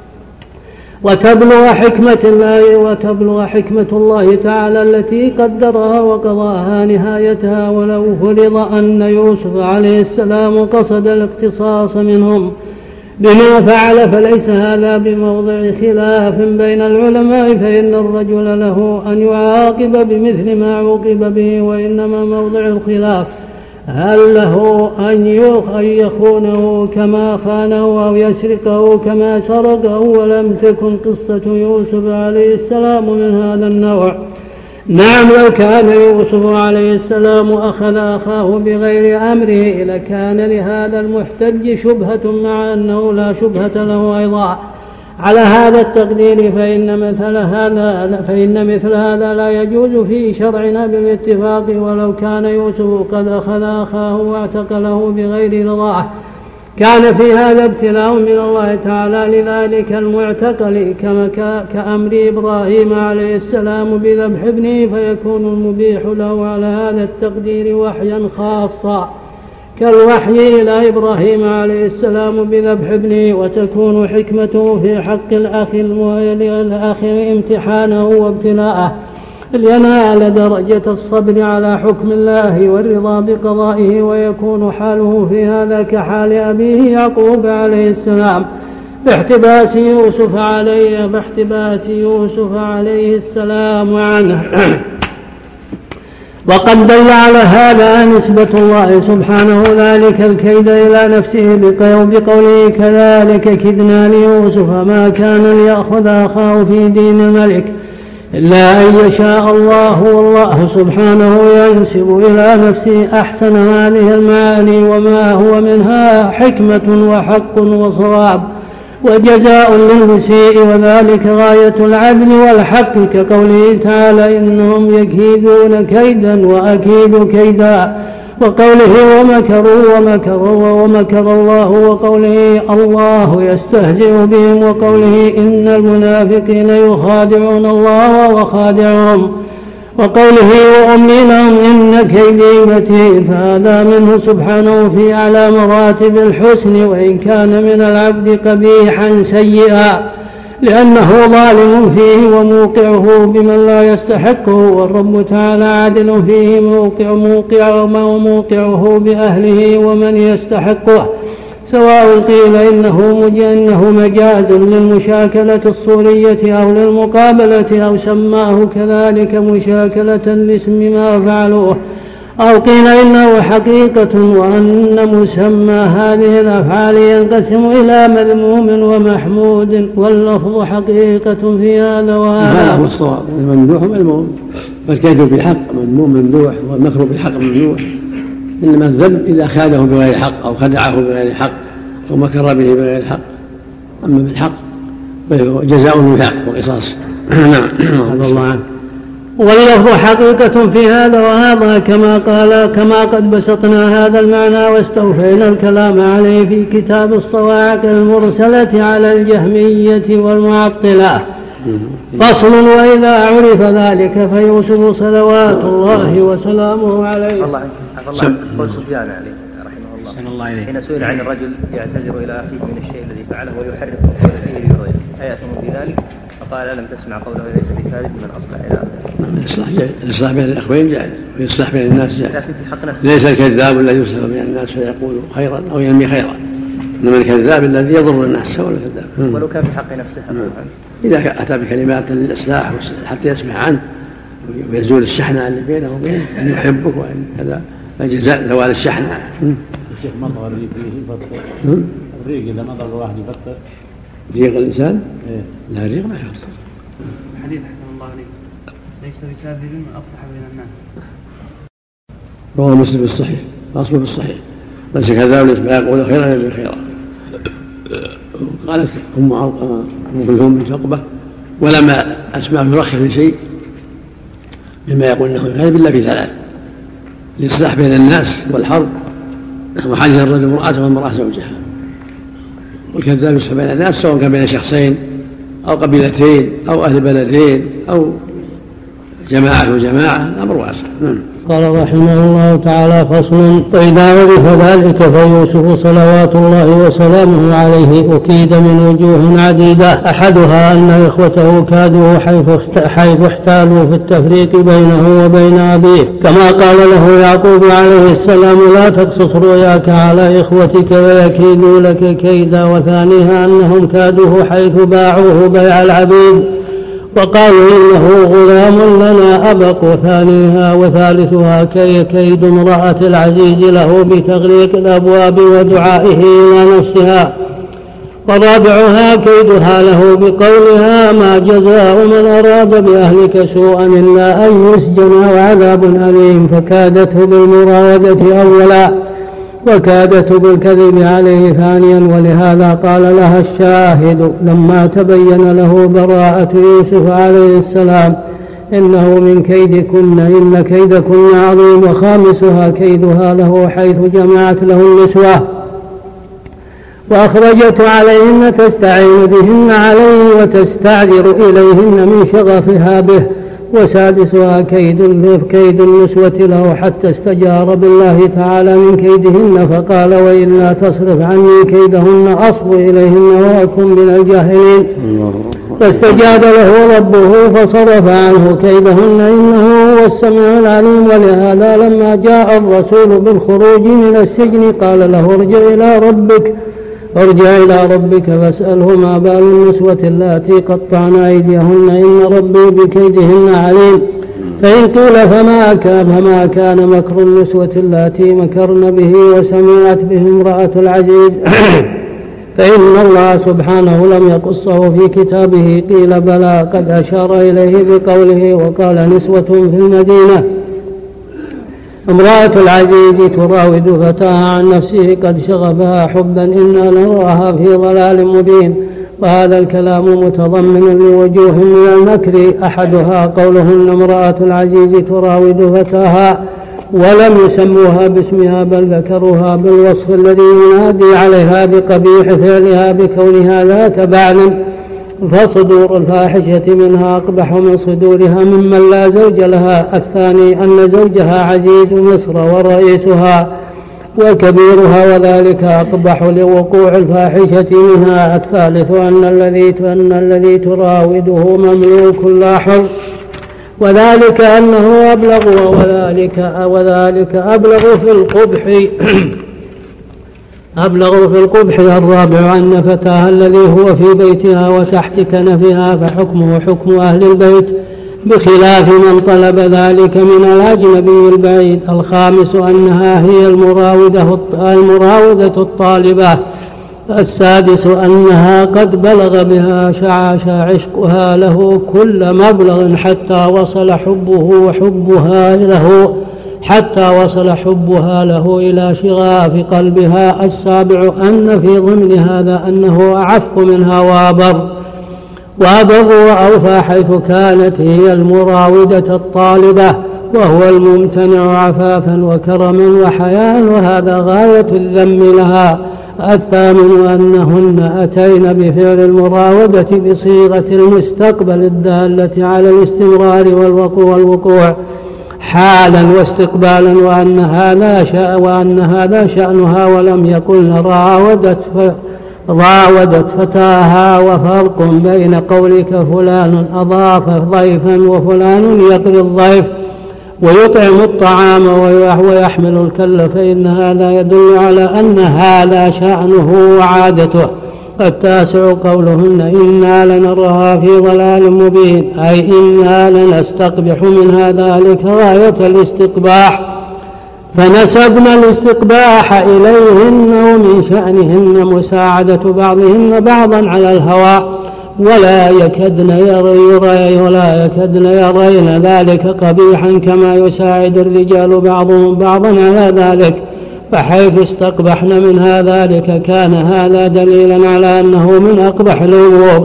وتبلغ حكمة الله وتبلغ حكمة الله تعالى التي قدرها وقضاها نهايتها. ولو فرض أن يوسف عليه السلام قصد الاقتصاص منهم بما فعل فليس هذا بموضع خلاف بين العلماء، فإن الرجل له أن يعاقب بمثل ما عوقب به، وإنما موضع الخلاف هل له أن يخونه كما خانه أو يسرقه كما سرقه. ولم تكن قصة يوسف عليه السلام من هذا النوع. نعم لو كان يوسف عليه السلام أخذ أخاه بغير أمره لكان لهذا المحتج شبهة، مع أنه لا شبهة له أيضا على هذا التقدير، فإن مثل هذا فإن مثل هذا لا يجوز في شرعنا بالاتفاق. ولو كان يوسف قد أخذ أخاه واعتقله بغير رضاه كان في هذا ابتلاء من الله تعالى لذلك المعتقل، كما كأمر إبراهيم عليه السلام بذبح ابنه، فيكون المبيح له على هذا التقدير وحيا خاصا كالوحي إلى إبراهيم عليه السلام بذبح ابنه، وتكون حكمته في حق الأخ الآخر امتحانه وابتلاءه لينال درجة الصبر على حكم الله والرضا بقضائه، ويكون حاله في هذا كحال أبيه يعقوب عليه السلام باحتباس يوسف عليه باحتباس يوسف عليه السلام عنه. وقد دل على هذا نسبة الله سبحانه ذلك الكيد إلى نفسه بقوله كذلك كدنا ليوسف ما كان ليأخذ أخاه في دين الملك إلا أن يشاء الله، والله سبحانه ينسب إلى نفسه أحسن هذه المعاني وما هو منها حكمة وحق وصواب وجزاء للمسيء، وذلك غاية العدل والحق كقوله تعالى إنهم يكيدون كيدا وأكيد كيدا، وقوله ومكروا ومكروا ومكر الله، وقوله الله يستهزئ بهم، وقوله إن المنافقين يخادعون الله وخادعهم، وقوله وأملي لهم إن كيدي متين، فهذا منه سبحانه في أعلى مراتب الحسن، وإن كان من العبد قبيحا سيئا لأنه ظالم فيه وموقعه بمن لا يستحقه، والرب تعالى عدل فيه موقع موقع وموقعه بأهله ومن يستحقه، سواء قيل إنه, إنه مجاز للمشاكلة الصورية أو للمقابلة أو سماه كذلك مشاكلة لاسم ما فعلوه، أو قيل إنه حقيقة وأن مسمى هذه الأفعال ينقسم إلى مذموم ومحمود، واللفظ حقيقة في هذا وهذا. هذا هو الصواب، الممدوح مذموم، فالكيد بالحق مذموم ممدوح، والمكر بالحق ممدوح، إنما الذنب إذا خاده بغير حق أو خدعه بغير حق أو مكر به بغير حق، أما بالحق فهو جزاء بالحق وقصاص. نعم. الله عنه. واللفظ حقيقة في هذا وهذا كما قال كما قد بسطنا هذا المعنى واستوفينا الكلام عليه في كتاب الصواعق المرسلة على الجهمية والمعطلة. فصل وإذا عرف ذلك فيوسف صلوات الله وسلامه عليه. الله عنك قول سفيان عليه رحمه الله حين سئل عن الرجل يعتذر إلى أخيه من الشيء الذي فعله ويحرف فيه لغيره أيأثم في ذلك؟ فقال لم تسمع قوله ليس بكاذب من أصلح إلى الإصلاح بين الأخوين جائز، الإصلاح بين الناس جائز، ليس الكذاب الذي يصلح بين الناس فيقول خيرا أو ينمي خيرا، إنما الكذاب الذي يضر الناس هو الكذاب. ولو كان في حق نفسه إذا أتى بكلمات للإصلاح حتى يسمع عنه ويزول الشحنة اللي بينه وبينه أن يحبك وأن كذا، فجزاء زوال الشحنة. الشيخ مضغ الريق يفطر، الريق إذا مضغ الواحد يفطر ريق الإنسان؟ إيه؟ لا الريق ما يفطر. حديث حسن الله عليك ليس بكاذب من أصلح بين الناس. رواه مسلم الصحيح، أصله بالصحيح، ليس كذاب ليس يقول خيرا يبي خيرا. قالت أم كلثوم بنت عقبة ولما أسمع يرخص في شيء مما يقول انه كاذب الا في ثلاث: الاصلاح بين الناس والحرب، وحديث الرجل امرأته والمرأة زوجها. والكذاب يصلح بين الناس سواء كان بين شخصين أو قبيلتين أو أهل بلدين أو جماعة وجماعة، الأمر واسع. قال رحمه الله تعالى: فصل: وإذا عرف ذلك فيوسف صلوات الله وسلامه عليه أكيد من وجوه عديدة، أحدها أن إخوته كادوا حيث احتالوا في التفريق بينه وبين أبيه، كما قال له يعقوب عليه السلام: لا تقصص رؤياك على إخوتك ويكيدوا لك كيدا. وثانيها أنهم كادوه حيث باعوه بيع العبيد وقالوا إنه غلام لنا أبق. وثانيها وثالثها كي كيد امرأة العزيز له بتغليق الأبواب ودعائه إلى نفسها. ورابعها كيدها له بقولها: ما جزاء من أراد بأهلك سوءا إلا أن يسجن وعذاب أليم، فكادته بالمراودة أولا وكادته بالكذب عليه ثانيا. ولهذا قال لها الشاهد لما تبين له براءة يوسف عليه السلام: إنه من كيدكن إن كيدكن عظيم. وخامسها كيدها له حيث جمعت له النسوة وأخرجت عليهن تستعين بهن عليه وتستعذر إليهن من شغفها به، وسادسها كيد كيد النسوة له حتى استجار بالله تعالى من كيدهن فقال وإلا تصرف عني كيدهن أصب إليهن وأكن من الجاهلين فاستجاب له ربه فصرف عنه كيدهن إنه هو السميع العليم. ولهذا لما جاء الرسول بالخروج من السجن قال له ارجع إلى ربك ارجع إلى ربك فاسأله ما بال النسوة اللاتي قطعن أيديهن إن ربي بكيدهن عليم. فإن قيل فما كان, فما كان مكر النسوة اللاتي مكرن به وسمعت به امرأة العزيز فإن الله سبحانه لم يقصه في كتابه. قيل بلى قد أشار إليه بقوله وقال نسوة في المدينة امرأة العزيز تراود فتاها عن نفسه قد شغفها حبا إنا نراها في ضلال مبين. وهذا الكلام متضمن لوجوه من المكر أحدها قولهن امرأة العزيز تراود فتاها ولم يسموها باسمها بل ذكروها بالوصف الذي ينادي عليها بقبيح فعلها بكونها ذات بعل فصدور الفاحشة منها أقبح من صدورها ممن لا زوج لها. الثاني أن زوجها عزيز مصر ورئيسها وكبيرها وذلك أقبح لوقوع الفاحشة منها. الثالث أن الذي أن الذي تراوده مملوك لا حر وذلك أنه أبلغ وذلك وذلك أبلغ في القبح أبلغ في القبح. الرابع أن فتاها الذي هو في بيتها وتحت كنفها فحكمه حكم أهل البيت بخلاف من طلب ذلك من الأجنبي البعيد. الخامس أنها هي المراودة المراودة الطالبة. السادس أنها قد بلغ بها شعاش عشقها له كل مبلغ حتى وصل حبه حبها له حتى وصل حبها له إلى شغاف قلبها. السابع أن في ضمن هذا أنه أعف منها وأبر وأبر وأوفى حيث كانت هي المراودة الطالبة وهو الممتنع عفافا وكرما وحياء وهذا غاية الذم لها. الثامن أنهن أتين بفعل المراودة بصيغة المستقبل الدالة على الاستمرار والوقوع حالا واستقبالا وأن هذا شأن وأن هذا شأنها ولم يكن راودت راودت فتاها. وفرق بين قولك فلان أضاف ضيفا وفلان يقري الضيف ويطعم الطعام ويحمل الكل فإن هذا يدل على أن هذا شأنه وعادته. التاسع قولهن إنا لنراها في ضلال مبين أي إنا لنستقبح منها ذلك غاية الاستقباح فنسبنا الاستقباح إليهن ومن شأنهن مساعدة بعضهن بعضا على الهوى ولا يكدن يرين ولا يكدن يرين ذلك قبيحا كما يساعد الرجال بعضهم بعضا على ذلك. فحيث استقبحن منها ذلك كان هذا دليلا على أنه من أقبح الأمور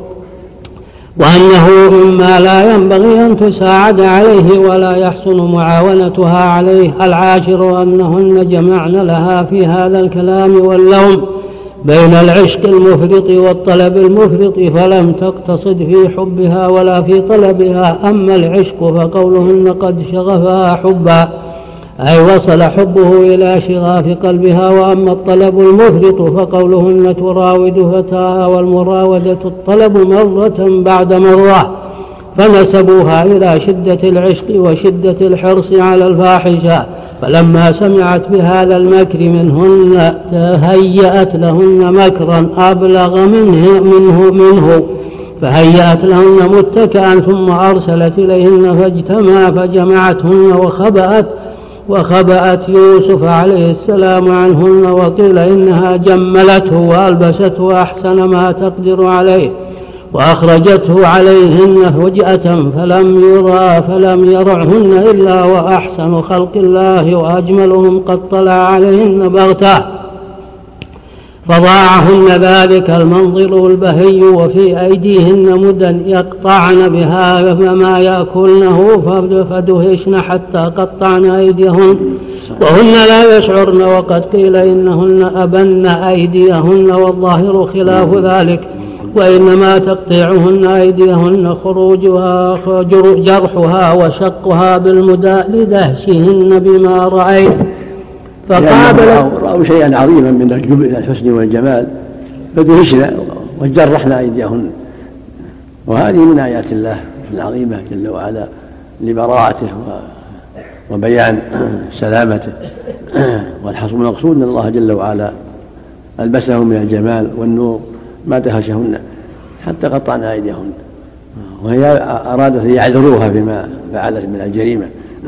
وأنه مما لا ينبغي أن تساعد عليه ولا يحسن معاونتها عليه. العاشر أنهن جمعن لها في هذا الكلام واللوم بين العشق المفرط والطلب المفرط فلم تقتصد في حبها ولا في طلبها. أما العشق فقولهن قد شغفها حبا أي وصل حبه إلى شغاف قلبها. وأما الطلب المفرط فقولهن تراود فتاها والمراودة الطلب مرة بعد مرة فنسبوها إلى شدة العشق وشدة الحرص على الفاحشة. فلما سمعت بهذا المكر منهن هيأت لهن مكرا أبلغ منه, منه, منه فهيأت لهن متكئا ثم أرسلت إليهن فاجتمع فجمعتهن وخبأت وخبأت يوسف عليه السلام عنهن. وقيل إنها جملته وألبسته أحسن ما تقدر عليه وأخرجته عليهن فجأة فلم يرى فلم يرعهن إلا وأحسن خلق الله وأجملهم قد طلع عليهن بغتة فضاعهن ذلك المنظر البهي وفي أيديهن مدا يقطعن بها ما يأكلنه فدهشن حتى قطعن أيديهن وهن لا يشعرن. وقد قيل إنهن أبن أيديهن والظاهر خلاف ذلك وإنما تقطيعهن أيديهن خروجها جرحها وشقها بالمداء لدهشهن بما رأيت. فقابل رأوا شيئا عظيما من الحسن والجمال فدهشنا وجرحنا أيديهن، وهذه من آيات الله العظيمة جل وعلا لبراءته وبيان سلامته. والحصر المقصود أن الله جل وعلا ألبسهم من الجمال والنور ما دهشهن حتى قطعنا أيديهن، وهي أرادت أن يعذروها بما فعلت من الجريمة.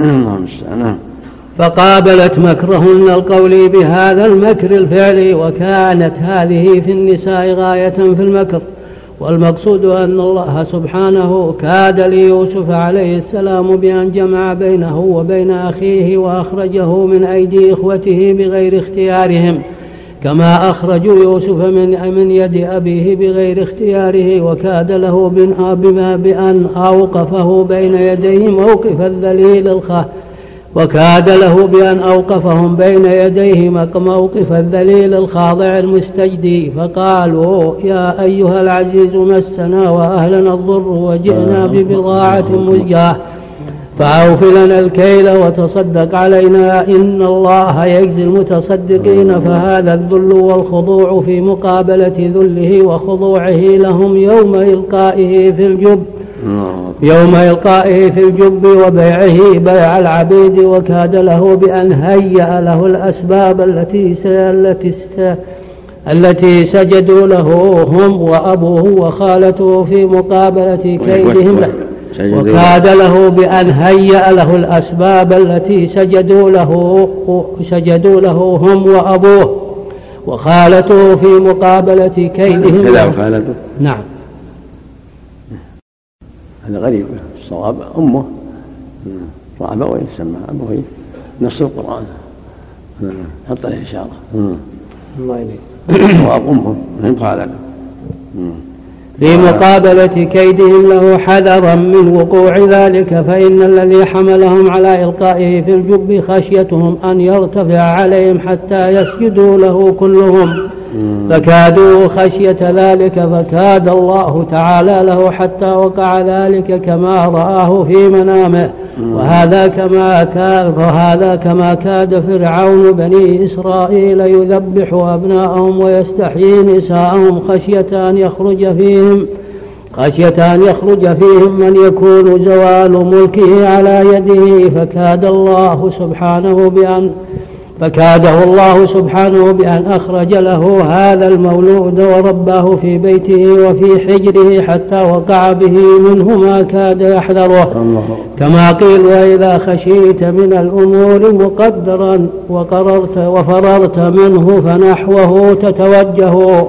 فقابلت مكرهن القولي بهذا المكر الفعلي، وكانت هذه في النساء غاية في المكر. والمقصود أن الله سبحانه كاد ليوسف عليه السلام بأن جمع بينه وبين أخيه وأخرجه من أيدي إخوته بغير اختيارهم، كما أخرجوا يوسف من من يد أبيه بغير اختياره. وكاد له بأن أوقفه بين يديه موقف الذليل الخ وكاد له بأن أوقفهم بين يديه موقف الذليل الخاضع المستجدي. فقالوا يا أيها العزيز مسنا وأهلنا الضر وجئنا ببضاعة مزجاة فأوف لنا الكيل وتصدق علينا إن الله يجزي المتصدقين. فهذا الذل والخضوع في مقابلة ذله وخضوعه لهم يوم إلقائه في الجب يوم إلقائه في الجب وبيعه بيع العبيد. وكاد له بأن هيأ له الأسباب التي التي التي سجدوا له هم وأبوه وخالته في مقابلة كيدهم له. وكاد له بأن هيأ له الأسباب التي سجدوا له سجدوا له هم وأبوه وخالته في مقابلة كيدهم له. نعم، هذا غريب. الصواب أمه أبويه يسمى أبويه نص القرآن حط له إشارة. الله يليك. الصواب أمه من خالته في مقابلة كيدهم له حذرا من وقوع ذلك. فإن الذي حملهم على إلقائه في الجب خشيتهم أن يرتفع عليهم حتى يسجدوا له كلهم، فكادوا خشية ذلك فكاد الله تعالى له حتى وقع ذلك كما رآه في منامه. وهذا كما كان وهذا كما كاد فرعون بني إسرائيل يذبح أبناءهم ويستحيي نساءهم خشية أن يخرج فيهم خشية أن يخرج فيهم من يكون زوال ملكه على يده. فكاد الله سبحانه بأن فكاده الله سبحانه بأن أخرج له هذا المولود ورباه في بيته وفي حجره حتى وقع به منه ما كاد يحذره. كما قيل وإذا خشيت من الأمور مقدرا وقررت وفررت منه فنحوه تتوجه.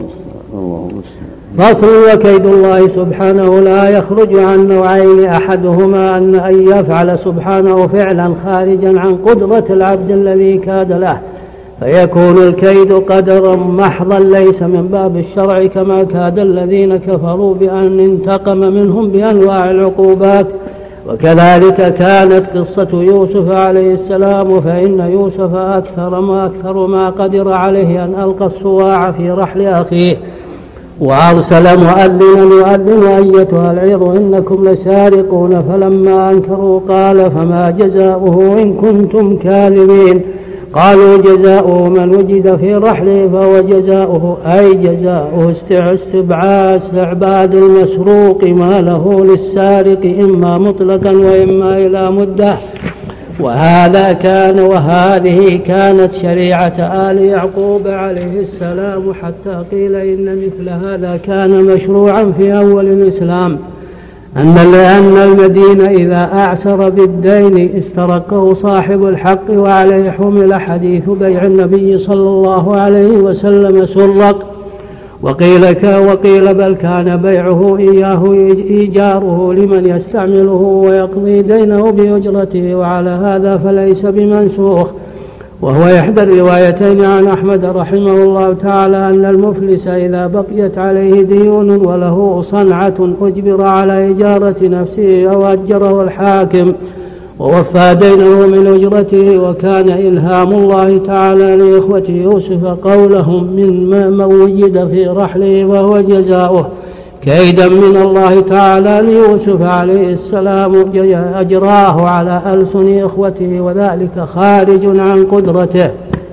فصل. وكيد الله سبحانه لا يخرج عن نوعين، أحدهما أن أن يفعل سبحانه فعلا خارجا عن قدرة العبد الذي كاد له فيكون الكيد قدرا محضا ليس من باب الشرع، كما كاد الذين كفروا بأن انتقم منهم بأنواع العقوبات. وكذلك كانت قصة يوسف عليه السلام، فإن يوسف أكثر ما أكثر ما قدر عليه أن ألقى الصواع في رحل أخيه وأرسل مؤذنا يؤذن أيتها العير إنكم لسارقون. فلما أنكروا قال فما جزاؤه إن كنتم كاذبين. قالوا جزاؤه من وجد في رحله فهو جزاؤه أي جزاؤه استبعاد استعباد المسروق ما له للسارق إما مطلقا وإما إلى مدة. وهذا كان وهذه كانت شريعة آل يعقوب عليه السلام، حتى قيل إن مثل هذا كان مشروعا في أول الإسلام، أن لأن المدين إذا أعسر بالدين استرقه صاحب الحق وعليه حمل حديث بيع النبي صلى الله عليه وسلم سرق. وقيل, وقيل بل كان بيعه إياه إيجاره لمن يستعمله ويقضي دينه بأجرته، وعلى هذا فليس بمنسوخ. وهو إحدى الروايتين عن أحمد رحمه الله تعالى أن المفلس إذا بقيت عليه ديون وله صنعة أجبر على إجارة نفسه أو أجره الحاكم ووفى دينه من أجرته. وكان إلهام الله تعالى لإخوة يوسف قولهم من من وجد في رحله وهو جزاؤه كيدا من الله تعالى ليوسف عليه السلام أجراه على ألسن إخوته، وذلك خارج عن قدرته.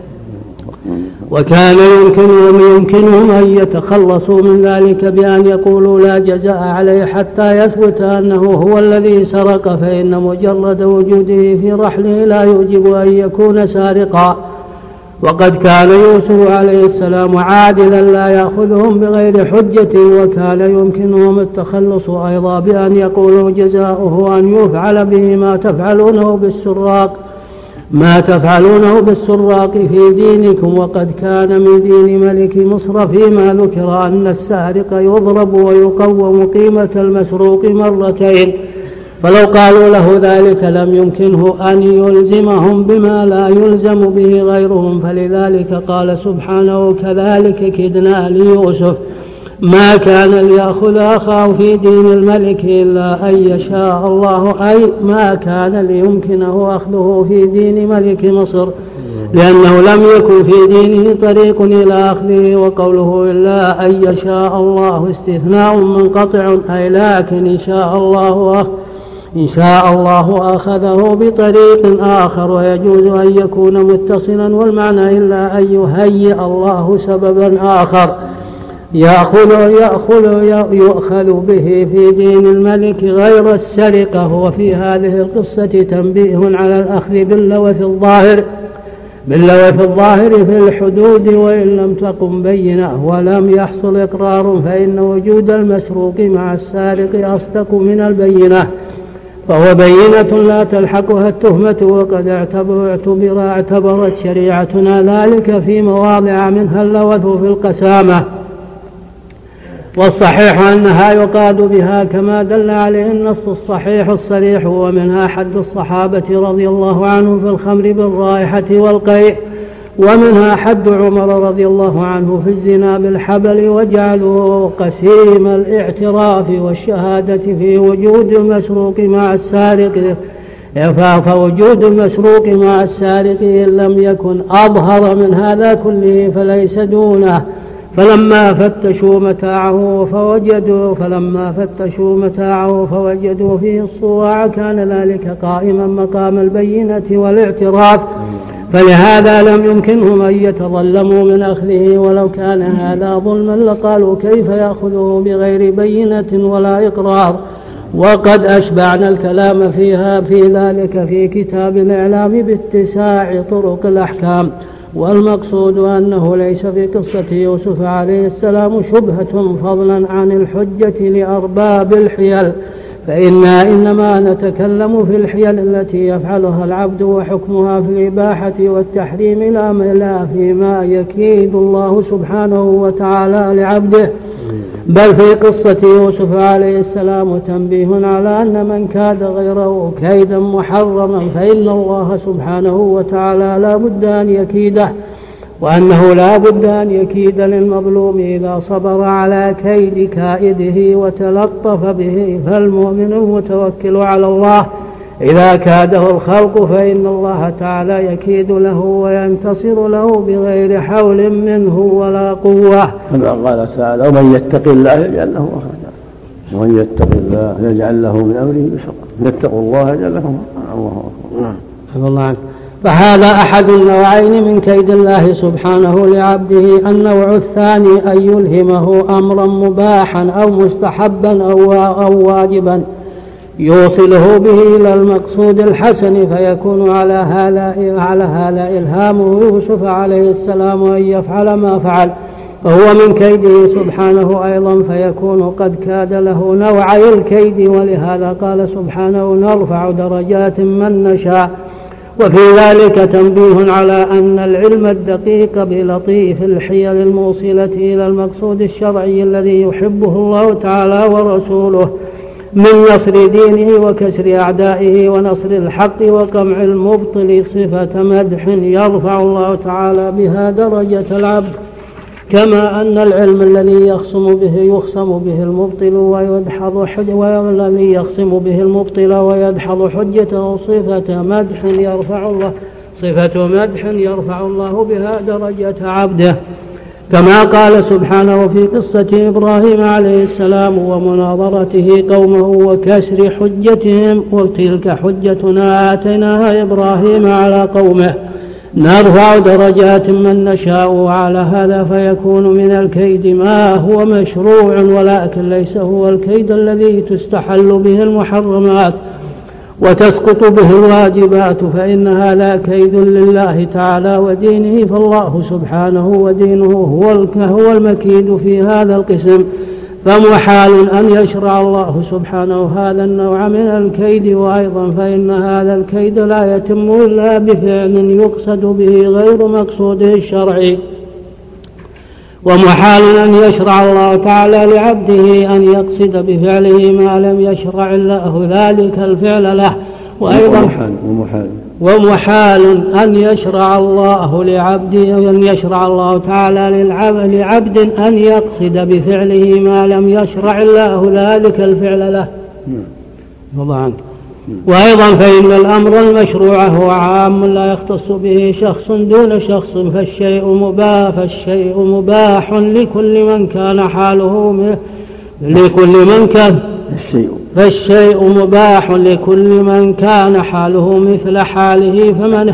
وكان يمكنهم, يمكنهم أن يتخلصوا من ذلك بأن يقولوا لا جزاء عليه حتى يثبت أنه هو الذي سرق، فإن مجرد وجوده في رحله لا يوجب أن يكون سارقا. وقد كان يوسف عليه السلام عادلا لا يأخذهم بغير حجة، وكان يمكنهم التخلص أيضا بأن يقولوا جزاؤه أن يفعل به ما تفعلونه بالسراق ما تفعلونه بالسراق في دينكم. وقد كان من دين ملك مصر فيما ذكر أن السارق يضرب ويقوم قيمة المسروق مرتين، فلو قالوا له ذلك لم يمكنه أن يلزمهم بما لا يلزم به غيرهم. فلذلك قال سبحانه كذلك كدنا ليوسف ما كان ليأخذ أخاه في دين الملك إلا أن يشاء الله، أي ما كان ليمكنه أخذه في دين ملك مصر، لأنه لم يكن في دينه طريق إلى أخذه. وقوله إلا أن يشاء الله استثناء منقطع، أي لكن إن شاء الله أخ إن شاء الله أخذه بطريق آخر، ويجوز أن يكون متصلا، والمعنى إلا أن يهيئ الله سببا آخر يأخذ يأخذ يؤخذ به في دين الملك غير السرقة. وفي هذه القصة تنبيه على الأخذ باللوث الظاهر باللوث الظاهر في الحدود وإن لم تقم بينة ولم يحصل إقرار، فإن وجود المسروق مع السارق أصدق من البينة، فهو بينة لا تلحقها التهمة. وقد اعتبر, اعتبر اعتبرت شريعتنا ذلك في مواضع منها اللوث في القسامة، والصحيح أنها يقاد بها كما دل عليه النص الصحيح الصريح. ومنها حد الصحابة رضي الله عنهم في الخمر بالرائحة والقيء، ومنها حد عمر رضي الله عنه في الزنا بالحبل، وجعلوا قسيم الاعتراف والشهادة في وجود المسروق مع السارق، فوجود المسروق مع السارق إن لم يكن أظهر من هذا كله فليس دونه. فلما فتشوا متاعه فوجدوا فلما فتشوا متاعه فوجدوا فيه الصواع كان ذلك قائما مقام البينة والاعتراف، فلهذا لم يمكنهم أن يتظلموا من أخذه. ولو كان هذا ظلما لقالوا كيف يأخذه بغير بينة ولا إقرار. وقد أشبعنا الكلام فيها في ذلك في كتاب الإعلام باتساع طرق الأحكام. والمقصود أنه ليس في قصة يوسف عليه السلام شبهة فضلا عن الحجة لأرباب الحيل، فإنا إنما نتكلم في الحيل التي يفعلها العبد وحكمها في الإباحة والتحريم لا فيما يكيد الله سبحانه وتعالى لعبده. بل في قصة يوسف عليه السلام تنبيه على أن من كاد غيره كيدا محرما فإن الله سبحانه وتعالى لا بد أن يكيده، وأنه لا بد أن يكيد للمظلوم إذا صبر على كيد كائده وتلطف به. فالمؤمن المتوكل على الله إذا كاده الخلق فإن الله تعالى يكيد له وينتصر له بغير حول منه ولا قوة، كما قال تعالى ومن يتق الله يجعل له مخرجا ومن يتق الله يجعل له من أمره يسرا يتقوا الله يجعل له مخرجا. فهذا أحد النوعين من كيد الله سبحانه لعبده. النوع الثاني أن يلهمه أمرا مباحا أو مستحبا أو واجبا يوصله به إلى المقصود الحسن، فيكون على هذا على هذا إلهامه يوسف عليه السلام أن يفعل ما فعل، وهو من كيده سبحانه أيضا، فيكون قد كاد له نوعي الكيد. ولهذا قال سبحانه نرفع درجات من نشاء. وفي ذلك تنبيه على أن العلم الدقيق بلطيف الحيل الموصلة إلى المقصود الشرعي الذي يحبه الله تعالى ورسوله من نصر دينه وكسر أعدائه ونصر الحق وقمع المبطل صفة مدح يرفع الله تعالى بها درجة العبد. كما أن العلم الذي يخصم به يخصم به المبطل ويدحض حجة والذي يخصم به المبطل ويدحض حجته صفة مدح يرفع الله صفة مدح يرفع الله بها درجة عبده، كما قال سبحانه في قصة إبراهيم عليه السلام ومناظرته قومه وكسر حجتهم وتلك حجتنا آتيناها إبراهيم على قومه نرفع درجات من نشاء، وعلى هذا فيكون من الكيد ما هو مشروع ولكن ليس هو الكيد الذي تستحل به المحرمات وتسقط به الواجبات، فإن هذا كيد لله تعالى ودينه، فالله سبحانه ودينه هو المكيد في هذا القسم، فمحال أن يشرع الله سبحانه هذا النوع من الكيد، وأيضا فإن هذا الكيد لا يتم إلا بفعل يقصد به غير مقصوده الشرعي، ومحال أن يشرع الله تعالى لعبده أن يقصد بفعله ما لم يشرع الله ذلك الفعل له، وأيضا ومحال, ومحال أن يشرع الله لعبده أن يشرع الله تعالى لعبد أن يقصد بفعله ما لم يشرع الله ذلك الفعل له. طبعا. وأيضا فإن الأمر المشروع هو عام لا يختص به شخص دون شخص، فالشيء مباح فالشيء مباح لكل من كان حاله لكل من كان الشيء فالشيء مباح لكل من كان حاله مثل حاله فمن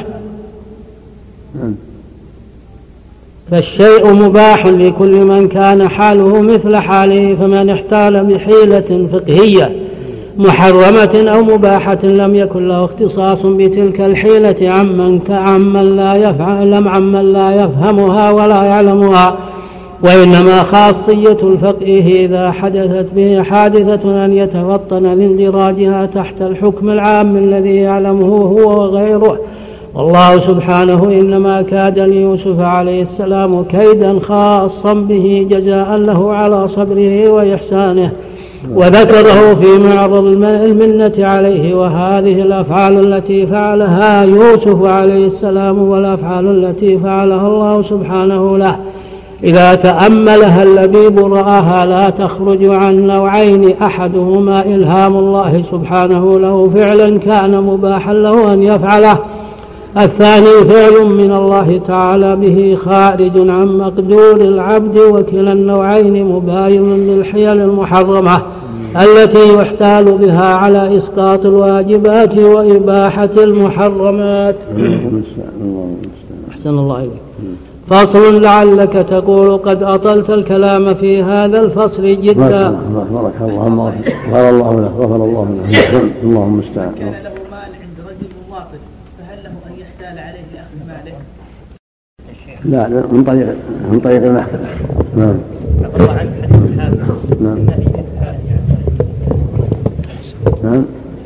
فالشيء مباح لكل من كان حاله مثل حاله فمن احتال بحيلة فقهية محرمة أو مباحة لم يكن له اختصاص بتلك الحيلة عمن عمن لا يفعل عمن لا يفهمها ولا يعلمها، وإنما خاصية الفقه إذا حدثت به حادثة أن يتفطن لاندراجها تحت الحكم العام الذي يعلمه هو وغيره، والله سبحانه إنما كاد ليوسف عليه السلام كيدا خاصا به جزاء له على صبره وإحسانه، وذكره في معرض المنة عليه، وهذه الأفعال التي فعلها يوسف عليه السلام والأفعال التي فعلها الله سبحانه له إذا تأملها اللبيب رآها لا تخرج عن نوعين، أحدهما إلهام الله سبحانه له فعلا كان مباحا له أن يفعله، الثاني فعل من الله تعالى به خارج عن مقدور العبد، وكلا النوعين مباين للحيل المحرمة التي يحتال بها على إسقاط الواجبات وإباحة المحرمات. أحسن الله إليك. فصل لعلك تقول قد أطلت الكلام في هذا الفصل جدا. بارك الله غفر الله له غفر الله له اللهم استعان. كان له مال عند رجل مواطن فهل له أن يحتال عليه لأخذ ماله؟ لا من طريق من طريق المحكمة. نعم. الله عنك حديث الحاكم. نعم. نعم.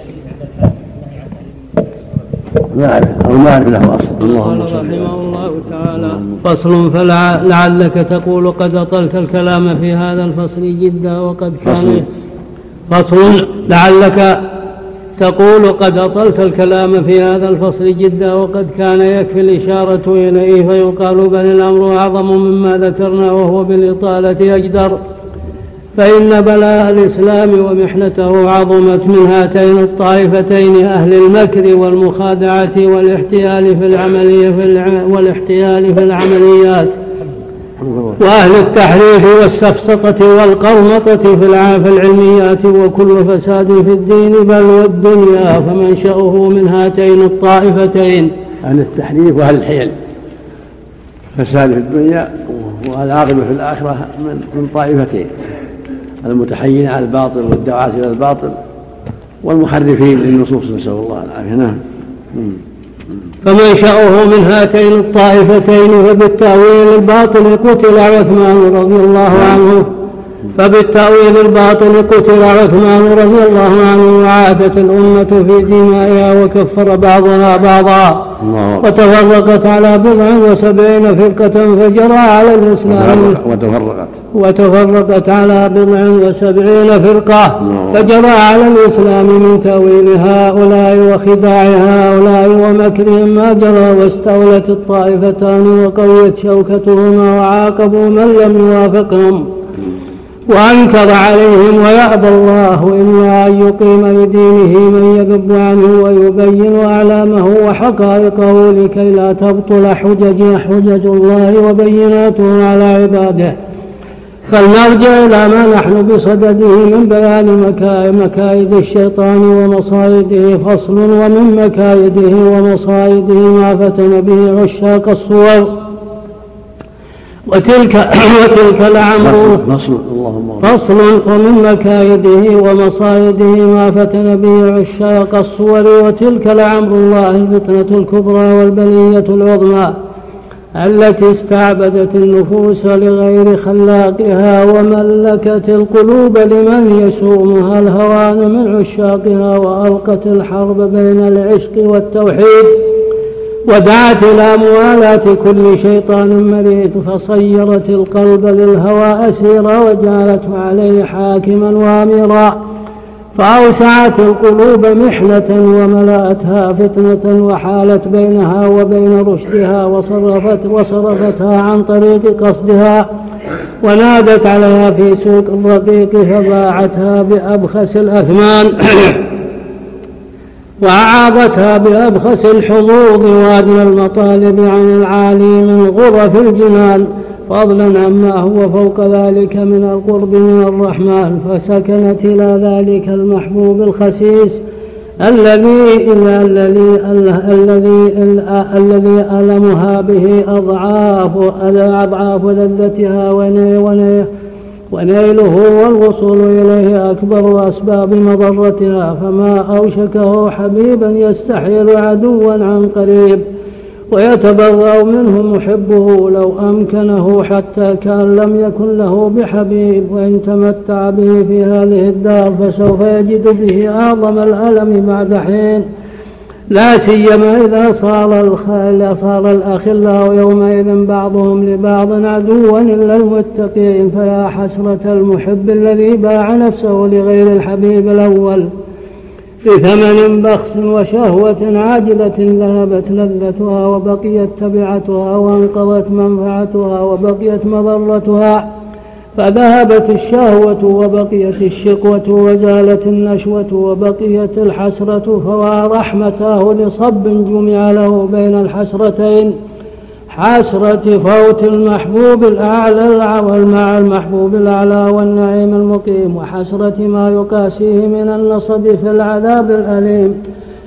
ما أعرف أو ما أعرف له أصل. قال رحمه الله تعالى فصل فلعلك تقول قد أطلت الكلام في هذا الفصل جدا وقد كان فصل لعلك تقول قد أطلت الكلام في هذا الفصل جدا وقد كان يكفي الإشارة إليه، فيقال بل الأمر أعظم مما ذكرنا وهو بالإطالة أجدر، فإن بلاء الإسلام ومحنته عظمت من هاتين الطائفتين أهل المكر والمخادعة والاحتيال في العملية في الع... والاحتيال في العمليات وأهل التحريف والسفسطة والقرمطة في العلميات وكل فساد في الدين بل والدنيا، فمنشأه من هاتين الطائفتين أهل التحريف وأهل الحيل، فساد في الدنيا والعاقبة في الآخرة من طائفتين، المتحيين على الباطل والدعاة إلى الباطل والمحرفين للنصوص نسأل الله العافية. نعم. فمنشأه من هاتين الطائفتين، وبالتأويل الباطل قتل عثمان رضي الله عنه فبالتأويل الباطل قتل عثمان رضي الله عنه وعادت الأمة في دمائها وكفر بعضها بعضا وتفرقت على بضع وسبعين فرقة فجرى على الإسلام وتفرقت وتفرقت على بضع وسبعين فرقة فجرى على الإسلام من تأويل هؤلاء وخداع هؤلاء ومكرهم ما جرى واستولت الطائفتان وقويت شوكتهما وعاقبوا من لم يوافقهم وأنكر عليهم ويأبى الله إلا أن يقيم لدينه من يذب عنه ويبين أعلامه وحقائقه لكي لا تبطل حجج حجج الله وبيناته على عباده. فلنرجع إلى ما نحن بصدده من بيان مكايد الشيطان ومصائده. فصل. ومن مكايده ومصائده ما فتن به عشاق الصور وتلك وتلك الأمر فصل. ومن مكايده ومصائده ما فتن به عشاق الصور وتلك لأمر الله الفتنة الكبرى والبلية العظمى التي استعبدت النفوس لغير خلاقها وملكت القلوب لمن يسومها الهوان من عشاقها وألقت الحرب بين العشق والتوحيد ودعت إلى موالاة كل شيطان مريد فصيرت القلب للهوى أسيرا وجعلته عليه حاكما واميرا فأوسعت القلوب محنة وملأتها فتنة وحالت بينها وبين رشدها وصرفت وصرفتها عن طريق قصدها ونادت عليها في سوق الرقيق فباعتها بأبخس الأثمان وأعاضتها بأبخس الحظوظ وأدنى المطالب عن العالي من غرف الجنان فضلا عما هو فوق ذلك من القرب من الرحمن فسكنت إلى ذلك المحبوب الخسيس الذي الذي الذي الذي ألمها به أضعاف أضعاف لذتها ونيله والوصول إليه أكبر أسباب مضرتها فما أوشكه حبيبا يستحيل عدوا عن قريب ويتبرأ منه محبه لو أمكنه حتى كان لم يكن له بحبيب وإن تمتع به في هذه الدار فسوف يجد به أعظم الألم بعد حين لا سيما إذا صار الخيل صار الأخلاء يومئذ بعضهم لبعض عدوا إلا المتقين فيا حسرة المحب الذي باع نفسه لغير الحبيب الأول بثمن بخس وشهوة عاجلة ذهبت لذتها وبقيت تبعتها وانقضت منفعتها وبقيت مضرتها فذهبت الشهوة وبقيت الشقوة وزالت النشوة وبقيت الحسرة فوا رحمته لصب جمع له بين الحسرتين حسرة فوت المحبوب الأعلى مع المحبوب الأعلى والنعيم المقيم وحسرة ما يقاسيه من النصب في العذاب الأليم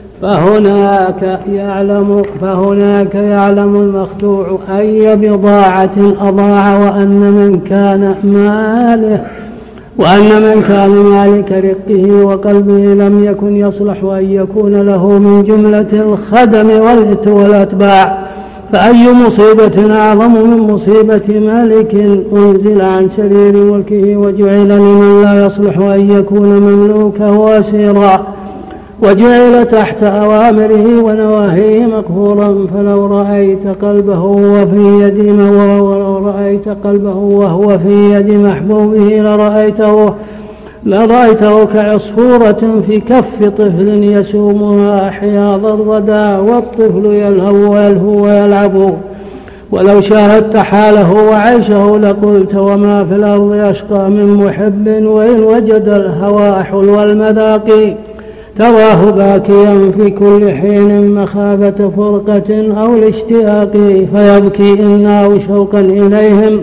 فهناك يعلم فهناك يعلم المخدوع أي بضاعة أضاع وأن من كان ماله وأن من كان مالك رقه وقلبه لم يكن يصلح أن يكون له من جملة الخدم والأتباع فأي مصيبة أعظم من مصيبة مالك أنزل عن سرير ملكه وجعل لمن لا يصلح أن يكون مملوكه وأسيرا وجعل تحت أوامره ونواهيه مقهورا فلو رأيت قلبه وفي يد ولو رأيت قلبه وهو في يد محبوبه لرأيته لرأيته كعصفورة في كف طفل يسومها حياض الردى والطفل يلهو ويلهو ويلعب ولو شاهدت حاله وعيشه لقلت وما في الأرض أشقى من محب وإن وجد الهوى حلو المذاق تراه باكيا في كل حين مخافة فرقة أو الاشتياق فيبكي إنه شوقا إليهم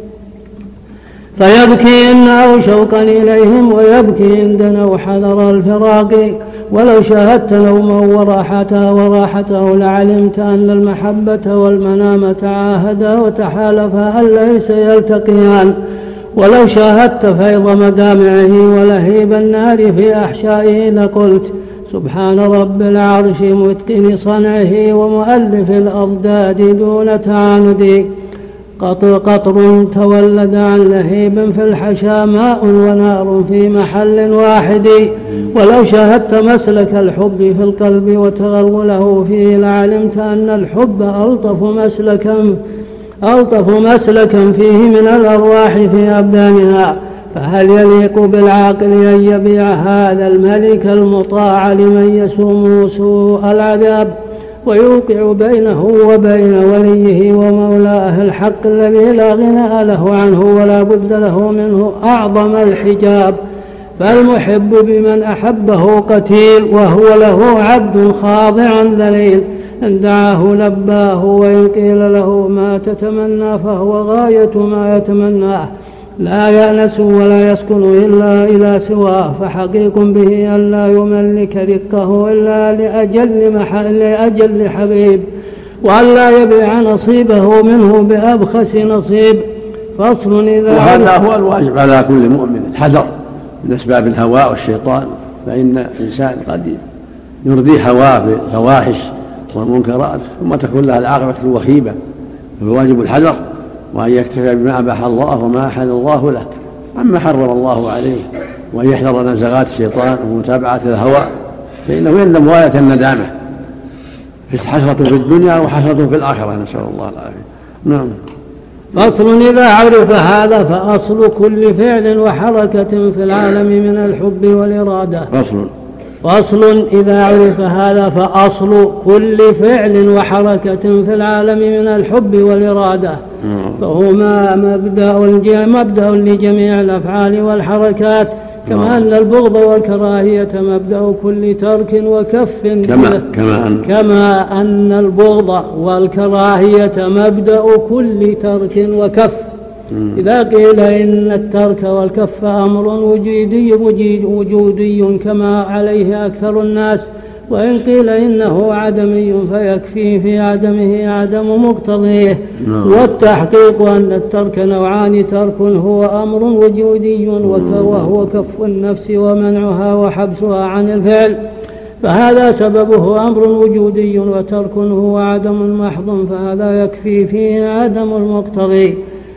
فيبكي إنه شوقا إليهم ويبكي إن دنوا حذر الفراق ولو شاهدت نومه وراحته وراحته لعلمت أن المحبة والمنام تعاهدا وتحالفا أن ليس يلتقيان ولو شاهدت فيض مدامعه ولهيب النار في أحشائه لقلت سبحان رب العرش متقن صنعه ومؤلف الأضداد دون تعاند قطر تولد عن لهيب في الحشا ماء ونار في محل واحد. ولو شاهدت مسلك الحب في القلب وتغلغله فيه لعلمت أن الحب ألطف مسلكا ألطف مسلكا فيه من الأرواح في أبدانها. فهل يليق بالعاقل أن يبيع هذا الملك المطاع لمن يسوم سوء العذاب ويوقع بينه وبين وليه ومولاه الحق الذي لا غنى له عنه ولا بد له منه أعظم الحجاب؟ فالمحب بمن أحبه قتيل وهو له عبد خاضع ذليل، إن دعاه لباه وإن قيل له ما تتمنى فهو غاية ما يتمناه، لا يأنس ولا يسكن إلا إلى سواه، فحقيق به أن لا يملك رقه إلا لأجل, لأجل حبيب، وأن لا يبيع نصيبه منه بأبخس نصيب. فصل إذا وهذا هو الواجب على كل مؤمن الحذر من أسباب الهوى والشيطان، فإن الإنسان قد يرضي هواه بالفواحش والمنكرات ثم تكون لها العاقبة الوخيمة، فالواجب الحذر وأن يكتفي بما أباح الله وما أحل الله له عما حرم الله عليه، وأن يحذر نزغات الشيطان ومتابعة الهوى، فإنه يندم غاية الندامة، حسرة في الدنيا وحسرة في الآخرة، نسأل الله العافية. نعم. فصل إذا عرف هذا فأصل كل فعل وحركة في العالم من الحب والإرادة. فصل فصل إذا عرف هذا فأصل كل فعل وحركة في العالم من الحب والإرادة، فهما مبدأ مبدأ لجميع الأفعال والحركات، كما أن البغض والكراهية مبدأ كل ترك وكف، كما, كما, أن كما أن البغض والكراهية مبدأ كل ترك وكف. إذا قيل إن الترك والكف أمر وجودي, وجودي كما عليه أكثر الناس، وإن قيل إنه عدمي فيكفي في عدمه عدم مقتضيه. والتحقيق أن الترك نوعان: ترك هو أمر وجودي وهو كف النفس ومنعها وحبسها عن الفعل، فهذا سببه أمر وجودي، وترك هو عدم محض فهذا يكفي فيه عدم المقتضي.